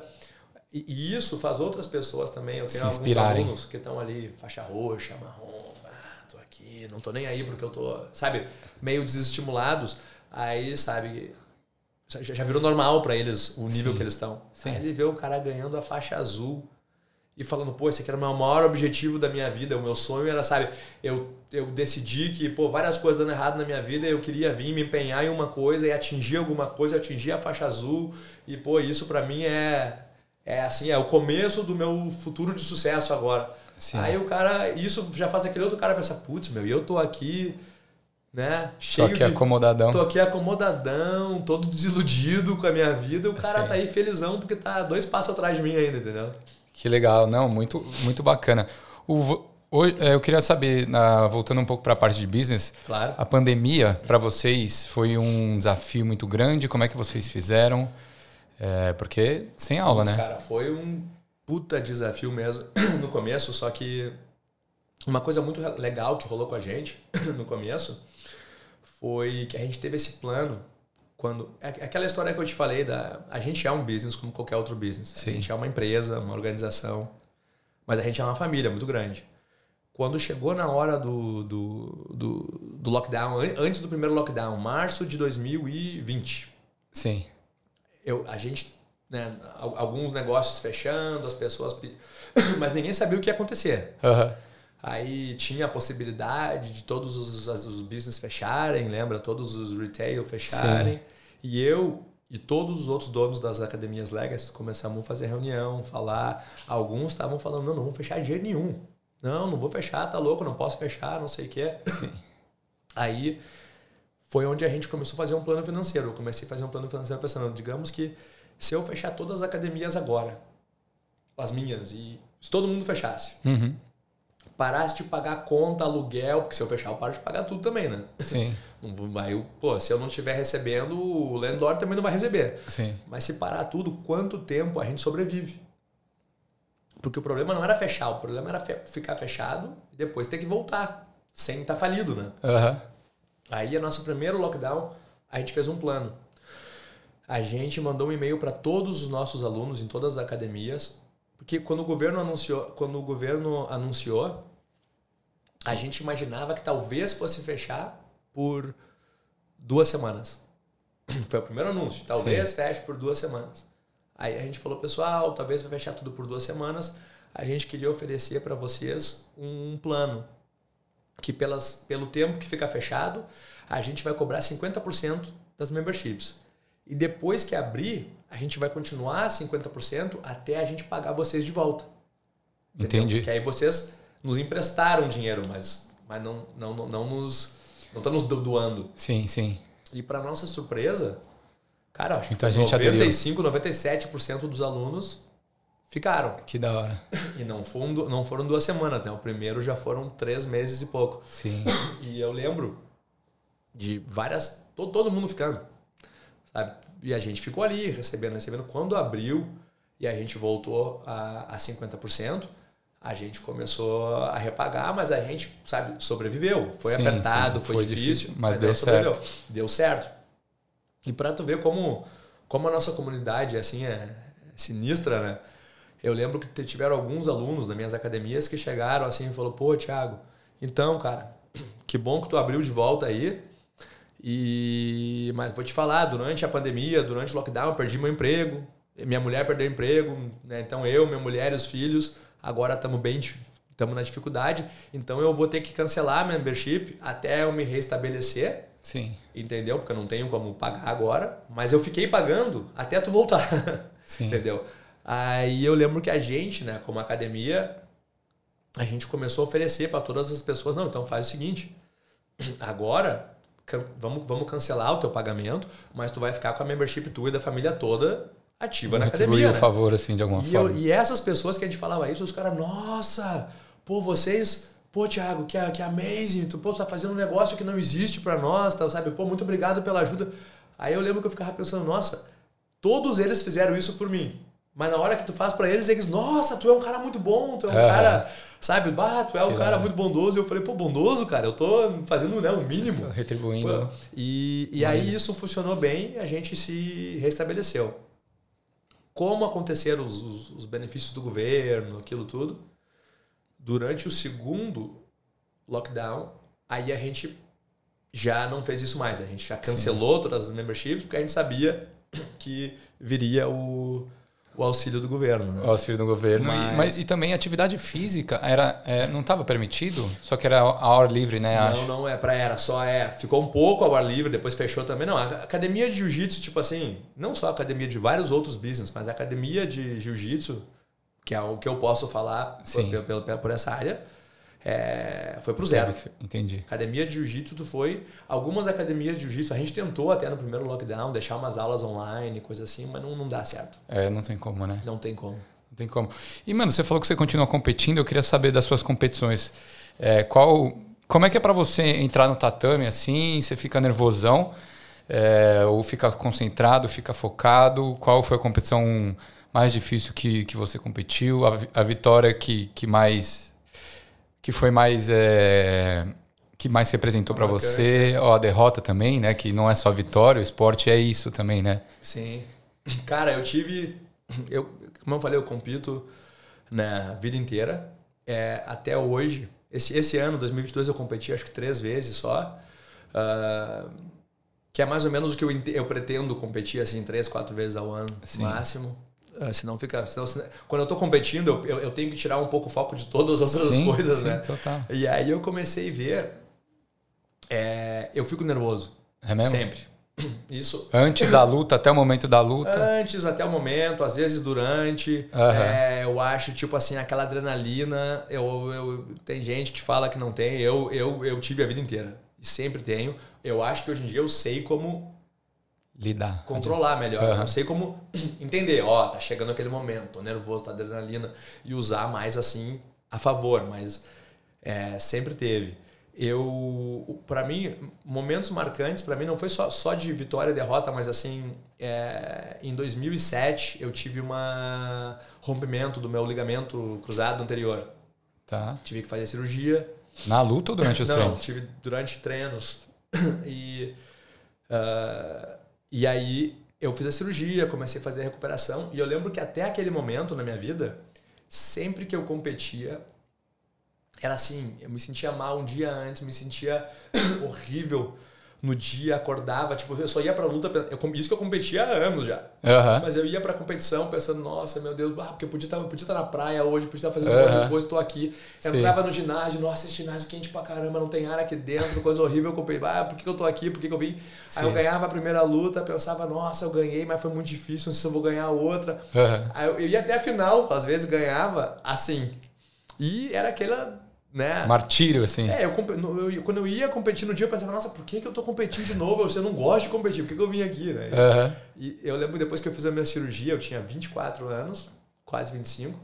E isso faz outras pessoas também. Eu tenho alguns alunos que estão ali, faixa roxa, marrom, ah, tô aqui, não tô nem aí porque eu tô, sabe, meio desestimulados. Aí, sabe, já virou normal para eles o nível Sim. que eles estão. Aí ele vê o cara ganhando a faixa azul e falando, pô, esse aqui era o meu maior objetivo da minha vida. O meu sonho era, sabe, eu, eu decidi que, pô, várias coisas dando errado na minha vida, eu queria vir me empenhar em uma coisa e atingir alguma coisa, atingir a faixa azul. E, pô, isso para mim é... É assim, é o começo do meu futuro de sucesso agora. Sim. Aí o cara, isso já faz aquele outro cara pensar, putz, meu, e eu tô aqui, né, cheio tô aqui de... acomodadão. Tô aqui acomodadão, todo desiludido com a minha vida, o cara Sim. tá aí felizão porque tá dois passos atrás de mim ainda, entendeu? Que legal, não, muito, muito bacana. O, hoje, eu queria saber, na, voltando um pouco para a parte de business, claro. A pandemia para vocês foi um desafio muito grande, como é que vocês fizeram? É, porque sem aula, Putz, né? Cara, foi um puta desafio mesmo no começo, só que uma coisa muito legal que rolou com a gente no começo foi que a gente teve esse plano quando... É aquela história que eu te falei, da, a gente é um business como qualquer outro business. Sim. A gente é uma empresa, uma organização, mas a gente é uma família muito grande. Quando chegou na hora do, do, do, do lockdown, antes do primeiro lockdown, março de dois mil e vinte... Sim. Eu, a gente, né, alguns negócios fechando, as pessoas... Mas ninguém sabia o que ia acontecer. Uhum. Aí tinha a possibilidade de todos os, os business fecharem, lembra? Todos os retail fecharem. Sim. E eu e todos os outros donos das academias Legacy começamos a fazer reunião, falar. Alguns estavam falando, não, não vou fechar de jeito nenhum. Não, não vou fechar, tá louco, não posso fechar, não sei o que. Sim. Aí... foi onde a gente começou a fazer um plano financeiro. Eu comecei a fazer um plano financeiro pensando, digamos que se eu fechar todas as academias agora, as minhas, e se todo mundo fechasse, uhum. parasse de pagar conta, aluguel, porque se eu fechar eu paro de pagar tudo também, né? Sim. Aí, pô, se eu não estiver recebendo, o landlord também não vai receber. Sim. Mas se parar tudo, quanto tempo a gente sobrevive? Porque o problema não era fechar, o problema era fe- ficar fechado e depois ter que voltar, sem estar falido, né? Aham. Uhum. Aí, no nosso primeiro lockdown, a gente fez um plano. A gente mandou um e-mail para todos os nossos alunos em todas as academias, porque quando o governo anunciou, quando o governo anunciou, a gente imaginava que talvez fosse fechar por duas semanas. Foi o primeiro anúncio. Talvez Sim. feche por duas semanas. Aí a gente falou, pessoal, talvez vai fechar tudo por duas semanas. A gente queria oferecer para vocês um plano. Que pelas, pelo tempo que fica fechado, a gente vai cobrar cinquenta por cento das memberships. E depois que abrir, a gente vai continuar cinquenta por cento até a gente pagar vocês de volta. Entendeu? Entendi. Que aí vocês nos emprestaram dinheiro, mas, mas não, não, não, não nos não estão nos doando. Sim, sim. E para nossa surpresa, cara, acho que então, gente noventa e cinco, noventa e sete por cento dos alunos ficaram. Que da hora. E não foram, não foram duas semanas, né? O primeiro já foram três meses e pouco. Sim. E eu lembro de várias... Todo, todo mundo ficando, sabe? E a gente ficou ali, recebendo, recebendo. Quando abriu e a gente voltou a, a cinquenta por cento, a gente começou a repagar, mas a gente, sabe, sobreviveu. Foi sim, apertado, sim, foi, foi difícil, difícil, mas, mas deu certo. Deu certo. E para tu ver como, como a nossa comunidade assim, é sinistra, né? Eu lembro que tiveram alguns alunos nas minhas academias que chegaram assim e falaram, pô, Thiago, então, cara, que bom que tu abriu de volta aí. E... Mas vou te falar, durante a pandemia, durante o lockdown, eu perdi meu emprego. Minha mulher perdeu o emprego, né? Então eu, minha mulher e os filhos, agora estamos bem, estamos na dificuldade. Então eu vou ter que cancelar a membership até eu me restabelecer. Sim. Entendeu? Porque eu não tenho como pagar agora. Mas eu fiquei pagando até tu voltar. Sim. Entendeu? Aí eu lembro que a gente, né, como academia, a gente começou a oferecer para todas as pessoas, não, então faz o seguinte, agora vamos, vamos cancelar o teu pagamento, mas tu vai ficar com a membership tua e da família toda ativa na academia. Um né? favor, assim, de alguma e forma. Eu, e essas pessoas que a gente falava isso, os caras, nossa, pô, vocês, pô, Thiago, que, que amazing, tu pô, tá fazendo um negócio que não existe para nós, tá, sabe? Pô, muito obrigado pela ajuda. Aí eu lembro que eu ficava pensando, nossa, todos eles fizeram isso por mim. Mas na hora que tu faz pra eles, eles, nossa, tu é um cara muito bom, tu é um é. cara, sabe, bah, tu é um que cara muito bondoso. E eu falei, pô, bondoso, cara, eu tô fazendo, né, o mínimo. Tô retribuindo. Pô, e e aí isso funcionou bem, a gente se restabeleceu. Como aconteceram os, os, os benefícios do governo, aquilo tudo, durante o segundo lockdown, aí a gente já não fez isso mais. A gente já cancelou Sim. todas as memberships, porque a gente sabia que viria o... o auxílio do governo. Né? O auxílio do governo. Mas, e, mas, e também atividade física era, é, não estava permitido? Só que era ao ar livre, né? Não, acho. não é pra era, só é. Ficou um pouco ao ar livre, depois fechou também. Não, a academia de jiu-jitsu, tipo assim, não só a academia de vários outros business, mas a academia de jiu-jitsu, que é o que eu posso falar por, por, por essa área, é, foi pro zero. Entendi. Academia de jiu-jitsu tu foi... Algumas academias de jiu-jitsu, a gente tentou até no primeiro lockdown deixar umas aulas online, coisa assim, mas não, não dá certo. É, não tem como, né? Não tem como. Não tem como. E, mano, você falou que você continua competindo, eu queria saber das suas competições. É, qual, como é que é pra você entrar no tatame assim, você fica nervosão, é, ou fica concentrado, fica focado? Qual foi a competição mais difícil que, que você competiu? A, a vitória que, que mais... que foi mais é, que mais se representou para você, ou a derrota também, né? Que não é só vitória, o esporte é isso também, né? Sim. Cara, eu tive... Eu, como eu falei, eu compito na vida inteira. É, até hoje, esse, esse ano, dois mil e vinte e dois, eu competi acho que três vezes só. Uh, que é mais ou menos o que eu, eu pretendo competir, assim, três, quatro vezes ao ano, Sim. máximo. Senão fica, senão, senão, quando eu tô competindo, eu, eu, eu tenho que tirar um pouco o foco de todas as outras sim, coisas, sim, né? Total. E aí eu comecei a ver, é, eu fico nervoso. É mesmo? Sempre. Isso. Antes da luta, até o momento da luta? Antes, até o momento, às vezes durante. Uhum. É, eu acho, tipo assim, aquela adrenalina, eu, eu, tem gente que fala que não tem, eu, eu, eu tive a vida inteira. E sempre tenho. Eu acho que hoje em dia eu sei como... lidar. Controlar melhor. Uhum. Eu sei como entender. Ó, tá chegando aquele momento, tô nervoso, tá adrenalina. E usar mais assim a favor. Mas é, sempre teve. Eu, pra mim, momentos marcantes pra mim não foi só, só de vitória e derrota, mas assim, é, em dois mil e sete eu tive um rompimento do meu ligamento cruzado anterior. Tá. Tive que fazer cirurgia. Na luta ou durante os não, treinos? Não, tive durante treinos. E... Uh, E aí eu fiz a cirurgia, comecei a fazer a recuperação. E eu lembro que até aquele momento na minha vida, sempre que eu competia, era assim, eu me sentia mal um dia antes, me sentia horrível no dia, acordava, tipo, eu só ia pra luta, eu, isso que eu competia há anos já. Uhum. Mas eu ia pra competição pensando, nossa, meu Deus, ah, porque eu podia estar podia estar na praia hoje, podia estar fazendo um monte de coisa, tô aqui. Entrava Sim. no ginásio, nossa, esse ginásio quente pra caramba, não tem ar aqui dentro, coisa horrível, eu competi, ah, por que eu tô aqui, por que eu vim? Sim. Aí eu ganhava a primeira luta, pensava, nossa, eu ganhei, mas foi muito difícil, não sei se eu vou ganhar outra. Uhum. Aí eu, eu ia até a final, às vezes ganhava, assim, e era aquela... Né? Martírio, assim. É, eu, eu, quando eu ia competir no dia, eu pensava, nossa, por que, que eu tô competindo de novo? Eu não gosto de competir, por que, que eu vim aqui, né? Uhum. E eu lembro depois que eu fiz a minha cirurgia, eu tinha vinte e quatro anos, quase vinte e cinco,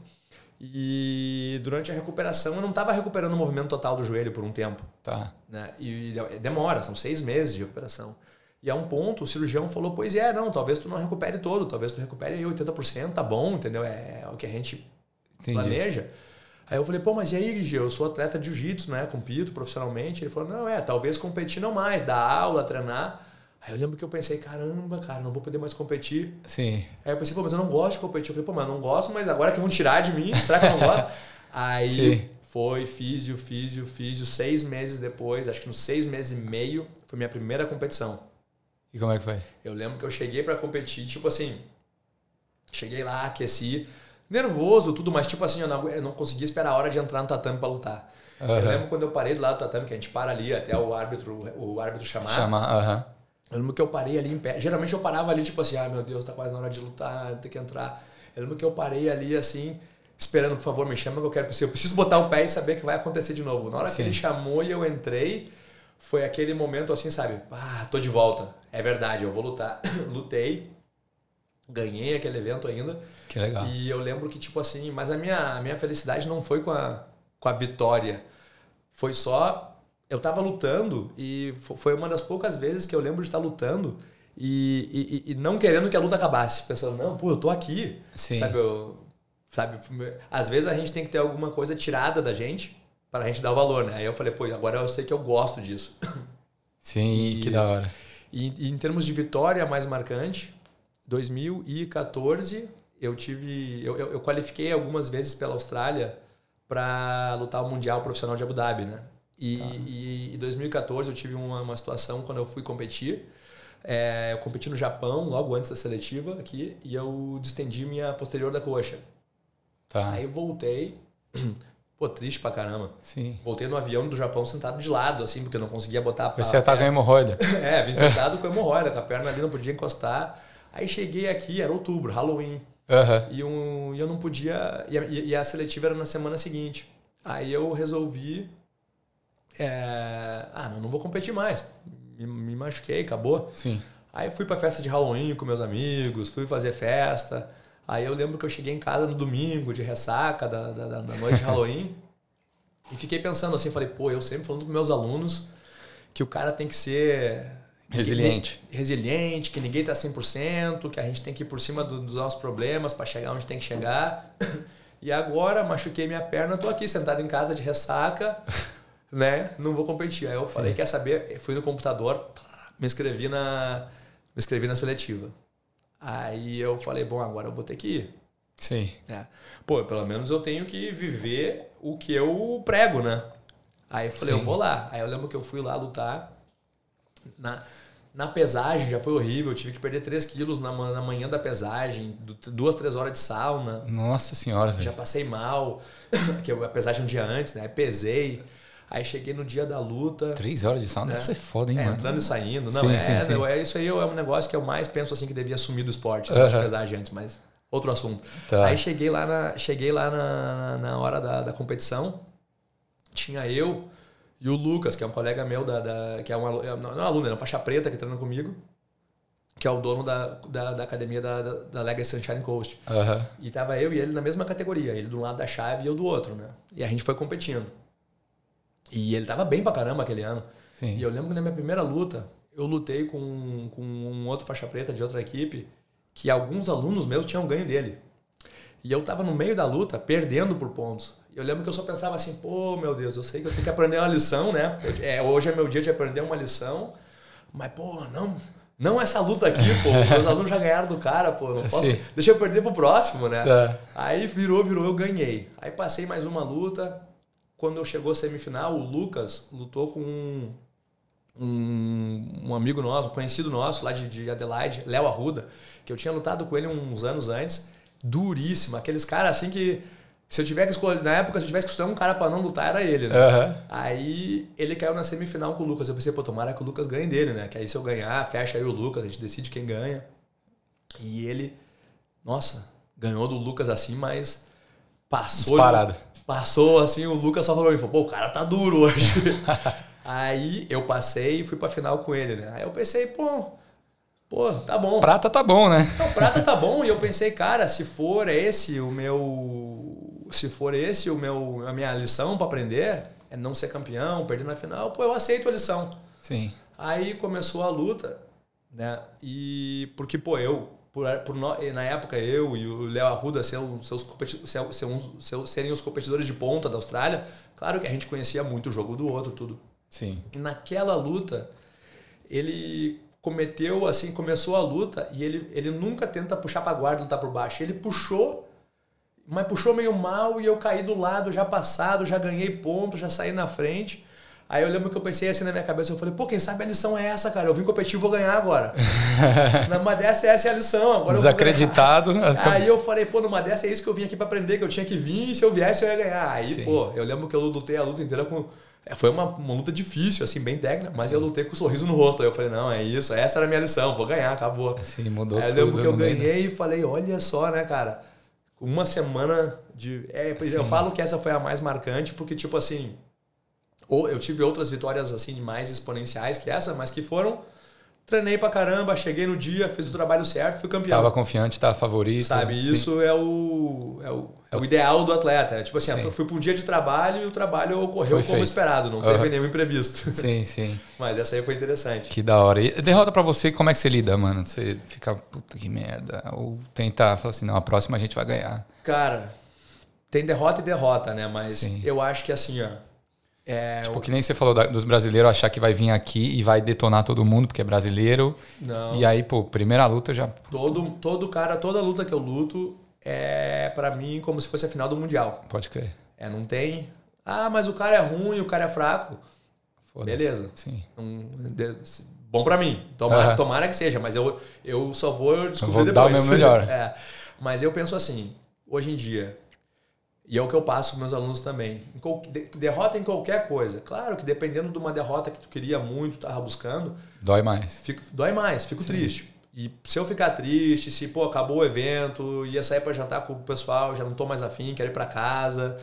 e durante a recuperação eu não tava recuperando o movimento total do joelho por um tempo. Tá. Né? E demora, são seis meses de recuperação. E a um ponto, o cirurgião falou, pois é, não, talvez tu não recupere todo, talvez tu recupere aí oitenta por cento, tá bom, entendeu? É o que a gente Entendi. planeja. Aí eu falei, pô, mas e aí, Gigi, eu sou atleta de jiu-jitsu, né? Compito profissionalmente. Ele falou, não, é, talvez competir não mais, dar aula, treinar. Aí eu lembro que eu pensei, caramba, cara, não vou poder mais competir. Sim. Aí eu pensei, pô, mas eu não gosto de competir. Eu falei, pô, mas eu não gosto, mas agora que vão tirar de mim, será que eu não gosto? Aí Sim. foi, físio, físio, físio. Seis meses depois, acho que nos seis meses e meio, foi minha primeira competição. E como é que foi? Eu lembro que eu cheguei pra competir, tipo assim, cheguei lá, aqueci, nervoso, tudo, mas tipo assim, eu não, eu não conseguia esperar a hora de entrar no tatame pra lutar. Uhum. Eu lembro quando eu parei do lado do tatame, que a gente para ali até o árbitro, o árbitro chamar. Chamar, aham. Uhum. Eu lembro que eu parei ali em pé. Geralmente eu parava ali, tipo assim, ah, meu Deus, tá quase na hora de lutar, tem que entrar. Eu lembro que eu parei ali, assim, esperando, por favor, me chama que eu quero... Eu preciso botar o pé e saber que vai acontecer de novo. Na hora Sim. que ele chamou e eu entrei, foi aquele momento assim, sabe? Ah, tô de volta. É verdade, eu vou lutar. Lutei. Ganhei aquele evento ainda. Que legal. E eu lembro que, tipo assim, mas a minha, a minha felicidade não foi com a, com a vitória. Foi só... Eu tava lutando e foi uma das poucas vezes que eu lembro de estar lutando e, e, e não querendo que a luta acabasse. Pensando, não, pô, eu tô aqui. Sim. Sabe, eu, sabe, às vezes a gente tem que ter alguma coisa tirada da gente para a gente dar o valor, né? Aí eu falei, pô, agora eu sei que eu gosto disso. Sim, e, que da hora. E, e em termos de vitória mais marcante, dois mil e quatorze eu tive... Eu, eu, eu qualifiquei algumas vezes pela Austrália para lutar o Mundial Profissional de Abu Dhabi, né? E, tá. e em dois mil e quatorze eu tive uma, uma situação quando eu fui competir. É, eu competi no Japão, logo antes da seletiva aqui, e eu distendi minha posterior da coxa. Tá. Aí eu voltei, pô, triste pra caramba. Sim. Voltei no avião do Japão sentado de lado, assim, porque eu não conseguia botar a Você tá com hemorroida. É, vim sentado com hemorroida, com a perna ali não podia encostar. Aí cheguei aqui, era outubro, Halloween. Uhum. E, um, e eu não podia... E a, e a seletiva era na semana seguinte. Aí eu resolvi... É, ah, não, não vou competir mais. Me, me machuquei, acabou. Sim. Aí fui pra festa de Halloween com meus amigos, fui fazer festa. Aí eu lembro que eu cheguei em casa no domingo, de ressaca da, da, da noite de Halloween. E fiquei pensando assim, falei, pô, eu sempre falando com meus alunos que o cara tem que ser... Resiliente. Ninguém, resiliente, que ninguém tá cem por cento, que a gente tem que ir por cima do, dos nossos problemas para chegar onde tem que chegar. E agora, machuquei minha perna, tô aqui sentado em casa de ressaca... né? Não vou competir. Aí eu falei, Sim. quer saber? Fui no computador, me inscrevi na, me inscrevi na seletiva. Aí eu falei, bom, agora eu vou ter que ir. Sim. É. Pô, pelo menos eu tenho que viver o que eu prego, né? Aí eu falei, Sim. eu vou lá. Aí eu lembro que eu fui lá lutar. Na, na pesagem já foi horrível. Eu tive que perder três quilos na, na manhã da pesagem. Duas, três horas de sauna. Nossa senhora, velho. Já passei mal. Que a pesagem um dia antes, né? Aí pesei. Aí cheguei no dia da luta. Três horas de sauna, né? Deve ser foda, hein, é, mano? Entrando e saindo. Não, sim, é, sim, sim. é, isso aí é um negócio que eu mais penso assim que devia assumir do esporte, assim, uh-huh. de pesagem antes, mas outro assunto. Tá. Aí cheguei lá na, cheguei lá na, na hora da, da competição, tinha eu e o Lucas, que é um colega meu, da, da, que é um, não é um aluno, é uma faixa preta que treina comigo, que é o dono da, da, da academia da, da, da Legacy Sunshine Coast. Uh-huh. E tava eu e ele na mesma categoria, ele de um lado da chave e eu do outro, né? E a gente foi competindo. E ele tava bem pra caramba aquele ano. Sim. E eu lembro que na minha primeira luta, eu lutei com, com um outro faixa preta de outra equipe, que alguns alunos meus tinham ganho dele. E eu tava no meio da luta, perdendo por pontos. E eu lembro que eu só pensava assim, pô, meu Deus, eu sei que eu tenho que aprender uma lição, né? Eu, é, hoje é meu dia de aprender uma lição, mas, pô, não... Não essa luta aqui, pô. Meus alunos já ganharam do cara, pô. Não posso, deixa eu perder pro próximo, né? Tá. Aí virou, virou, eu ganhei. Aí passei mais uma luta... Quando eu chegou a semifinal, o Lucas lutou com um, um, um amigo nosso, um conhecido nosso lá de, de Adelaide, Léo Arruda, que eu tinha lutado com ele uns anos antes, duríssimo. Aqueles caras assim que, se eu tiver que escolher, na época, se eu tivesse que escolher um cara pra não lutar, era ele, né? Uhum. Aí ele caiu na semifinal com o Lucas. Eu pensei, pô, tomara que o Lucas ganhe dele, né? Que aí se eu ganhar, fecha aí o Lucas, a gente decide quem ganha. E ele, nossa, ganhou do Lucas assim, mas passou. Disparado. Passou assim, o Lucas só falou pra mim, falou, pô, o cara tá duro hoje. Aí eu passei e fui pra final com ele, né? Aí eu pensei, pô, pô, tá bom. Prata tá bom, né? Não, prata tá bom. E eu pensei, cara, se for esse o meu... Se for esse o meu, a minha lição pra aprender, é não ser campeão, perder na final, pô, eu aceito a lição. Sim. Aí começou a luta, né? E porque, pô, eu, por, por no, na época, eu e o Léo Arruda ser, seus, ser, ser um, ser, serem os competidores de ponta da Austrália, claro que a gente conhecia muito o jogo do outro, tudo. Sim. E naquela luta, ele cometeu, assim, começou a luta e ele, ele nunca tenta puxar pra guarda, lutar por baixo. Ele puxou, mas puxou meio mal e eu caí do lado, já passado, já ganhei ponto, já saí na frente. Aí eu lembro que eu pensei assim na minha cabeça, eu falei, pô, quem sabe a lição é essa, cara? Eu vim competir e vou ganhar agora. Numa dessa, essa é a lição. Agora Desacreditado. Eu aí eu falei, pô, numa dessa é isso que eu vim aqui pra aprender, que eu tinha que vir e se eu viesse eu ia ganhar. Aí, sim, pô, eu lembro que eu lutei a luta inteira com... Foi uma, uma luta difícil, assim, bem técnica, mas sim, eu lutei com um sorriso no rosto. Aí eu falei, não, é isso, essa era a minha lição, vou ganhar, acabou. Sim, mudou tudo. Aí eu lembro que eu ganhei e falei, olha só, né, cara, uma semana de... É, eu falo que essa foi a mais marcante, porque, tipo assim, ou eu tive outras vitórias, assim, mais exponenciais que essa, mas que foram... Treinei pra caramba, cheguei no dia, fiz o trabalho certo, fui campeão. Tava confiante, tava favorito. Sabe, sim, isso é o, é o, é o ideal do atleta. É tipo assim, eu fui para um dia de trabalho e o trabalho ocorreu foi como feito. Esperado, não teve uhum. nenhum imprevisto. Sim, sim. Mas essa aí foi interessante. Que da hora. E derrota pra você, como é que você lida, mano? Você fica, puta que merda. Ou tentar falar assim, não, a próxima a gente vai ganhar. Cara, tem derrota e derrota, né? Mas sim, eu acho que assim, ó. É, tipo, que nem você falou da, dos brasileiros achar que vai vir aqui e vai detonar todo mundo porque é brasileiro. Não. E aí, pô, primeira luta já... Todo, todo cara, toda luta que eu luto é pra mim como se fosse a final do Mundial. Pode crer. É, não tem... Ah, mas o cara é ruim, o cara é fraco. Beleza. Sim. Um, de, bom pra mim. Tomara, uhum. tomara que seja, mas eu, eu só vou descobrir eu vou depois. Dar o meu melhor. É, mas eu penso assim, hoje em dia... E é o que eu passo para meus alunos também. Derrota em qualquer coisa. Claro que dependendo de uma derrota que tu queria muito, tava buscando... Dói mais. Fico, dói mais, fico sim, triste. E se eu ficar triste, se pô, acabou o evento, ia sair para jantar com o pessoal, já não tô mais afim, quero ir para casa,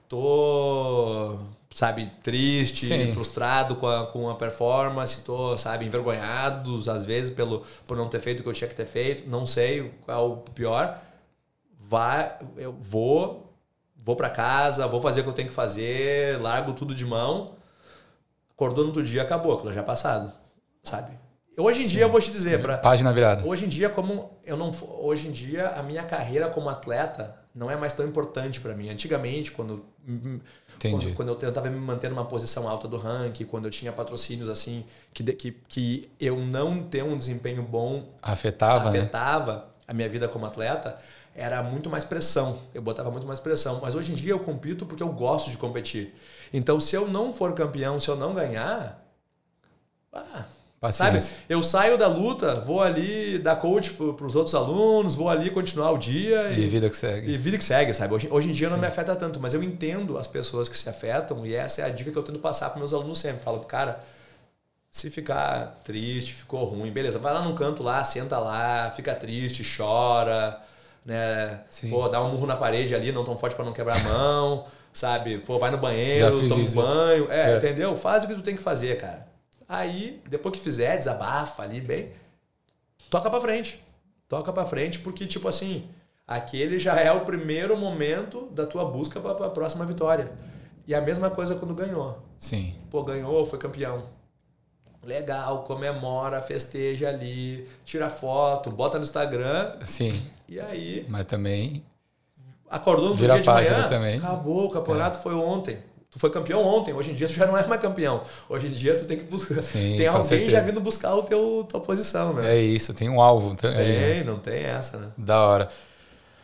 tô, sabe, triste, sim, frustrado com a, com a performance, tô, sabe, envergonhado às vezes pelo, por não ter feito o que eu tinha que ter feito, não sei qual é o pior. Vai, eu vou... Vou para casa, vou fazer o que eu tenho que fazer, largo tudo de mão. Acordou no outro dia, acabou, aquilo já é passado, sabe? Hoje em sim, dia eu vou te dizer, pra, página virada. Hoje em dia como eu não, hoje em dia a minha carreira como atleta não é mais tão importante para mim. Antigamente, quando quando, quando eu tentava me manter numa posição alta do ranking, quando eu tinha patrocínios assim que que, que eu não ter um desempenho bom afetava, afetava né? a minha vida como atleta. Era muito mais pressão, eu botava muito mais pressão. Mas hoje em dia eu compito porque eu gosto de competir. Então, se eu não for campeão, se eu não ganhar... Ah, sabe? Eu saio da luta, vou ali dar coach para os outros alunos, vou ali continuar o dia. E, e vida que segue. E vida que segue, sabe? Hoje, hoje em dia sim, não me afeta tanto, mas eu entendo as pessoas que se afetam e essa é a dica que eu tento passar para meus alunos sempre. Falo, cara... Se ficar triste, ficou ruim, beleza, vai lá num canto lá, senta lá, fica triste, chora, né? Pô, dá um murro na parede ali, não tão forte para não quebrar a mão, sabe? Pô, vai no banheiro, toma um banho, é, é, entendeu? Faz o que tu tem que fazer, cara. Aí, depois que fizer, desabafa ali bem, toca pra frente. Toca pra frente porque, tipo assim, aquele já é o primeiro momento da tua busca pra, pra próxima vitória. E a mesma coisa quando ganhou. Sim. Pô, ganhou, foi campeão. Legal, comemora, festeja ali, tira foto, bota no Instagram. Sim. E aí... Mas também... Acordou no dia de manhã, também. Acabou, o campeonato é. foi ontem. Tu foi campeão ontem, hoje em dia tu já não é mais campeão. Hoje em dia tu tem que buscar... Sim, tem alguém certeza. Já vindo buscar o teu, tua posição, né? É isso, tem um alvo. Tem, aí, né? Não tem essa, né? Da hora.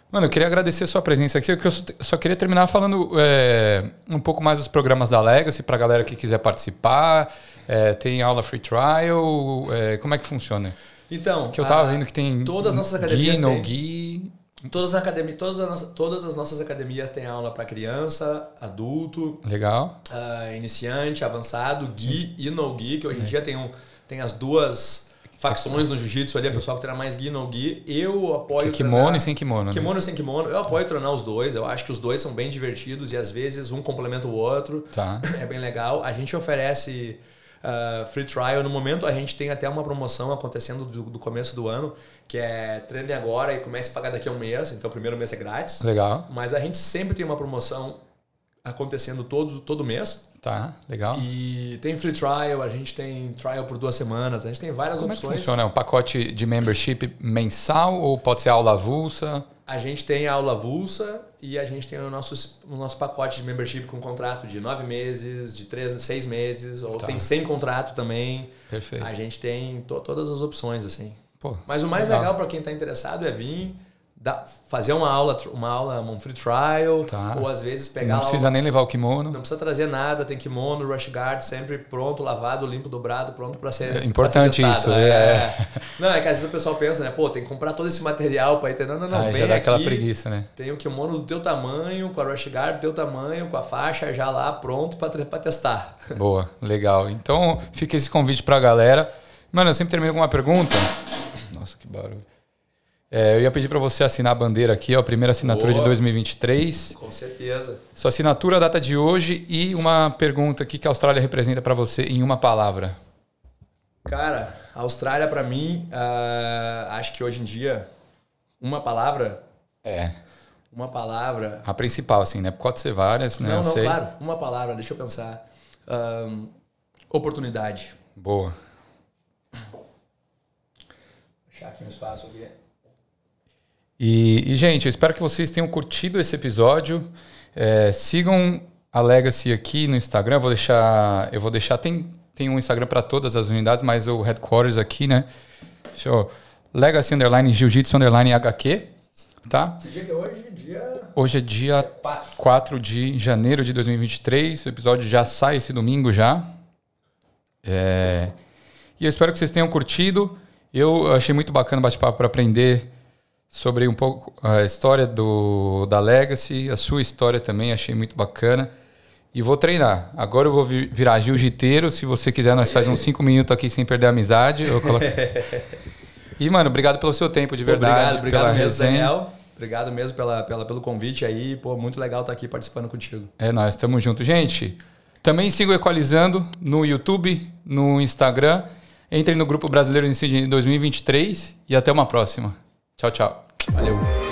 Mano, eu queria agradecer a sua presença aqui, porque eu só queria terminar falando é, um pouco mais dos programas da Legacy, pra galera que quiser participar. É, tem aula free trial, é, como é que funciona? Então, que eu tava a, vendo que tem todas as nossas academias Gui, no têm, Gui. Todas as, academias, todas, as, todas as nossas academias têm aula para criança, adulto, legal, uh, iniciante, avançado, Gui e no Gui, que hoje em é. dia tem, um, tem as duas facções no jiu-jitsu ali, a pessoal que treina mais Gui e no Gui. Eu apoio que kimono treinar, e sem kimono. Kimono né? e sem kimono. Eu apoio treinar os dois. Eu acho que os dois são bem divertidos e às vezes um complementa o outro. Tá. É bem legal. A gente oferece uh, free trial. No momento a gente tem até uma promoção acontecendo do, do começo do ano, que é treine agora e comece a pagar daqui a um mês. Então o primeiro mês é grátis. Legal. Mas a gente sempre tem uma promoção acontecendo todo, todo mês. Tá, legal. E tem free trial, a gente tem trial por duas semanas, a gente tem várias Como opções. Como é que funciona? É um pacote de membership mensal ou pode ser aula avulsa? A gente tem a aula avulsa e a gente tem o nosso, o nosso pacote de membership com contrato de nove meses, de três, seis meses, ou tá. tem sem contrato também. Perfeito. A gente tem to, todas as opções, assim. Pô, Mas o mais legal, legal para quem está interessado é vir... Da, fazer uma aula, uma aula, um free trial, tá. ou às vezes pegar... Não precisa aula, nem levar o kimono. Não precisa trazer nada, tem kimono, rush guard, sempre pronto, lavado, limpo, dobrado, pronto para ser... É importante pra ser isso. é. É. Não, é que às vezes o pessoal pensa, né? Pô, tem que comprar todo esse material para ir ter... Não, não, não, ah, vem já dá aqui, aquela preguiça, né? Tem o kimono do teu tamanho, com a rush guard do teu tamanho, com a faixa já lá pronto para testar. Boa, legal. Então fica esse convite para a galera. Mano, eu sempre termino com uma pergunta. Nossa, que barulho. É, eu ia pedir para você assinar a bandeira aqui, ó, a primeira assinatura Boa. de dois mil e vinte e três. Com certeza. Sua assinatura, a data de hoje e uma pergunta aqui que a Austrália representa para você em uma palavra. Cara, a Austrália para mim, uh, acho que hoje em dia, uma palavra... É. Uma palavra... A principal, assim, né? Pode ser várias, né? Não, eu não, sei. claro. Uma palavra, deixa eu pensar. Um, oportunidade. Boa. Vou deixar aqui um espaço aqui. E, e, gente, eu espero que vocês tenham curtido esse episódio. É, sigam a Legacy aqui no Instagram. Eu vou deixar... Eu vou deixar tem, tem um Instagram para todas as unidades, mas o headquarters aqui, né? Deixa eu... Legacy underline Jiu-Jitsu underline H Q. Tá? Que dia que é hoje? Dia... Hoje é dia quatro de janeiro de dois mil e vinte e três. O episódio já sai esse domingo já. É... E eu espero que vocês tenham curtido. Eu achei muito bacana o bate-papo para aprender sobre um pouco a história do, da Legacy, a sua história também, achei muito bacana. E vou treinar. Agora eu vou vir, virar jiu-jiteiro. Se você quiser, nós faz uns cinco minutos aqui sem perder a amizade. Eu coloco... E, mano, obrigado pelo seu tempo, de verdade. Obrigado, obrigado pela mesmo, resenha. Daniel. Obrigado mesmo pela, pela, pelo convite aí. Pô, muito legal estar aqui participando contigo. É nóis, tamo junto. Gente, também sigam Equalizando no YouTube, no Instagram. Entrem no Grupo Brasileiro em dois mil e vinte e três e até uma próxima. Tchau, tchau. Valeu.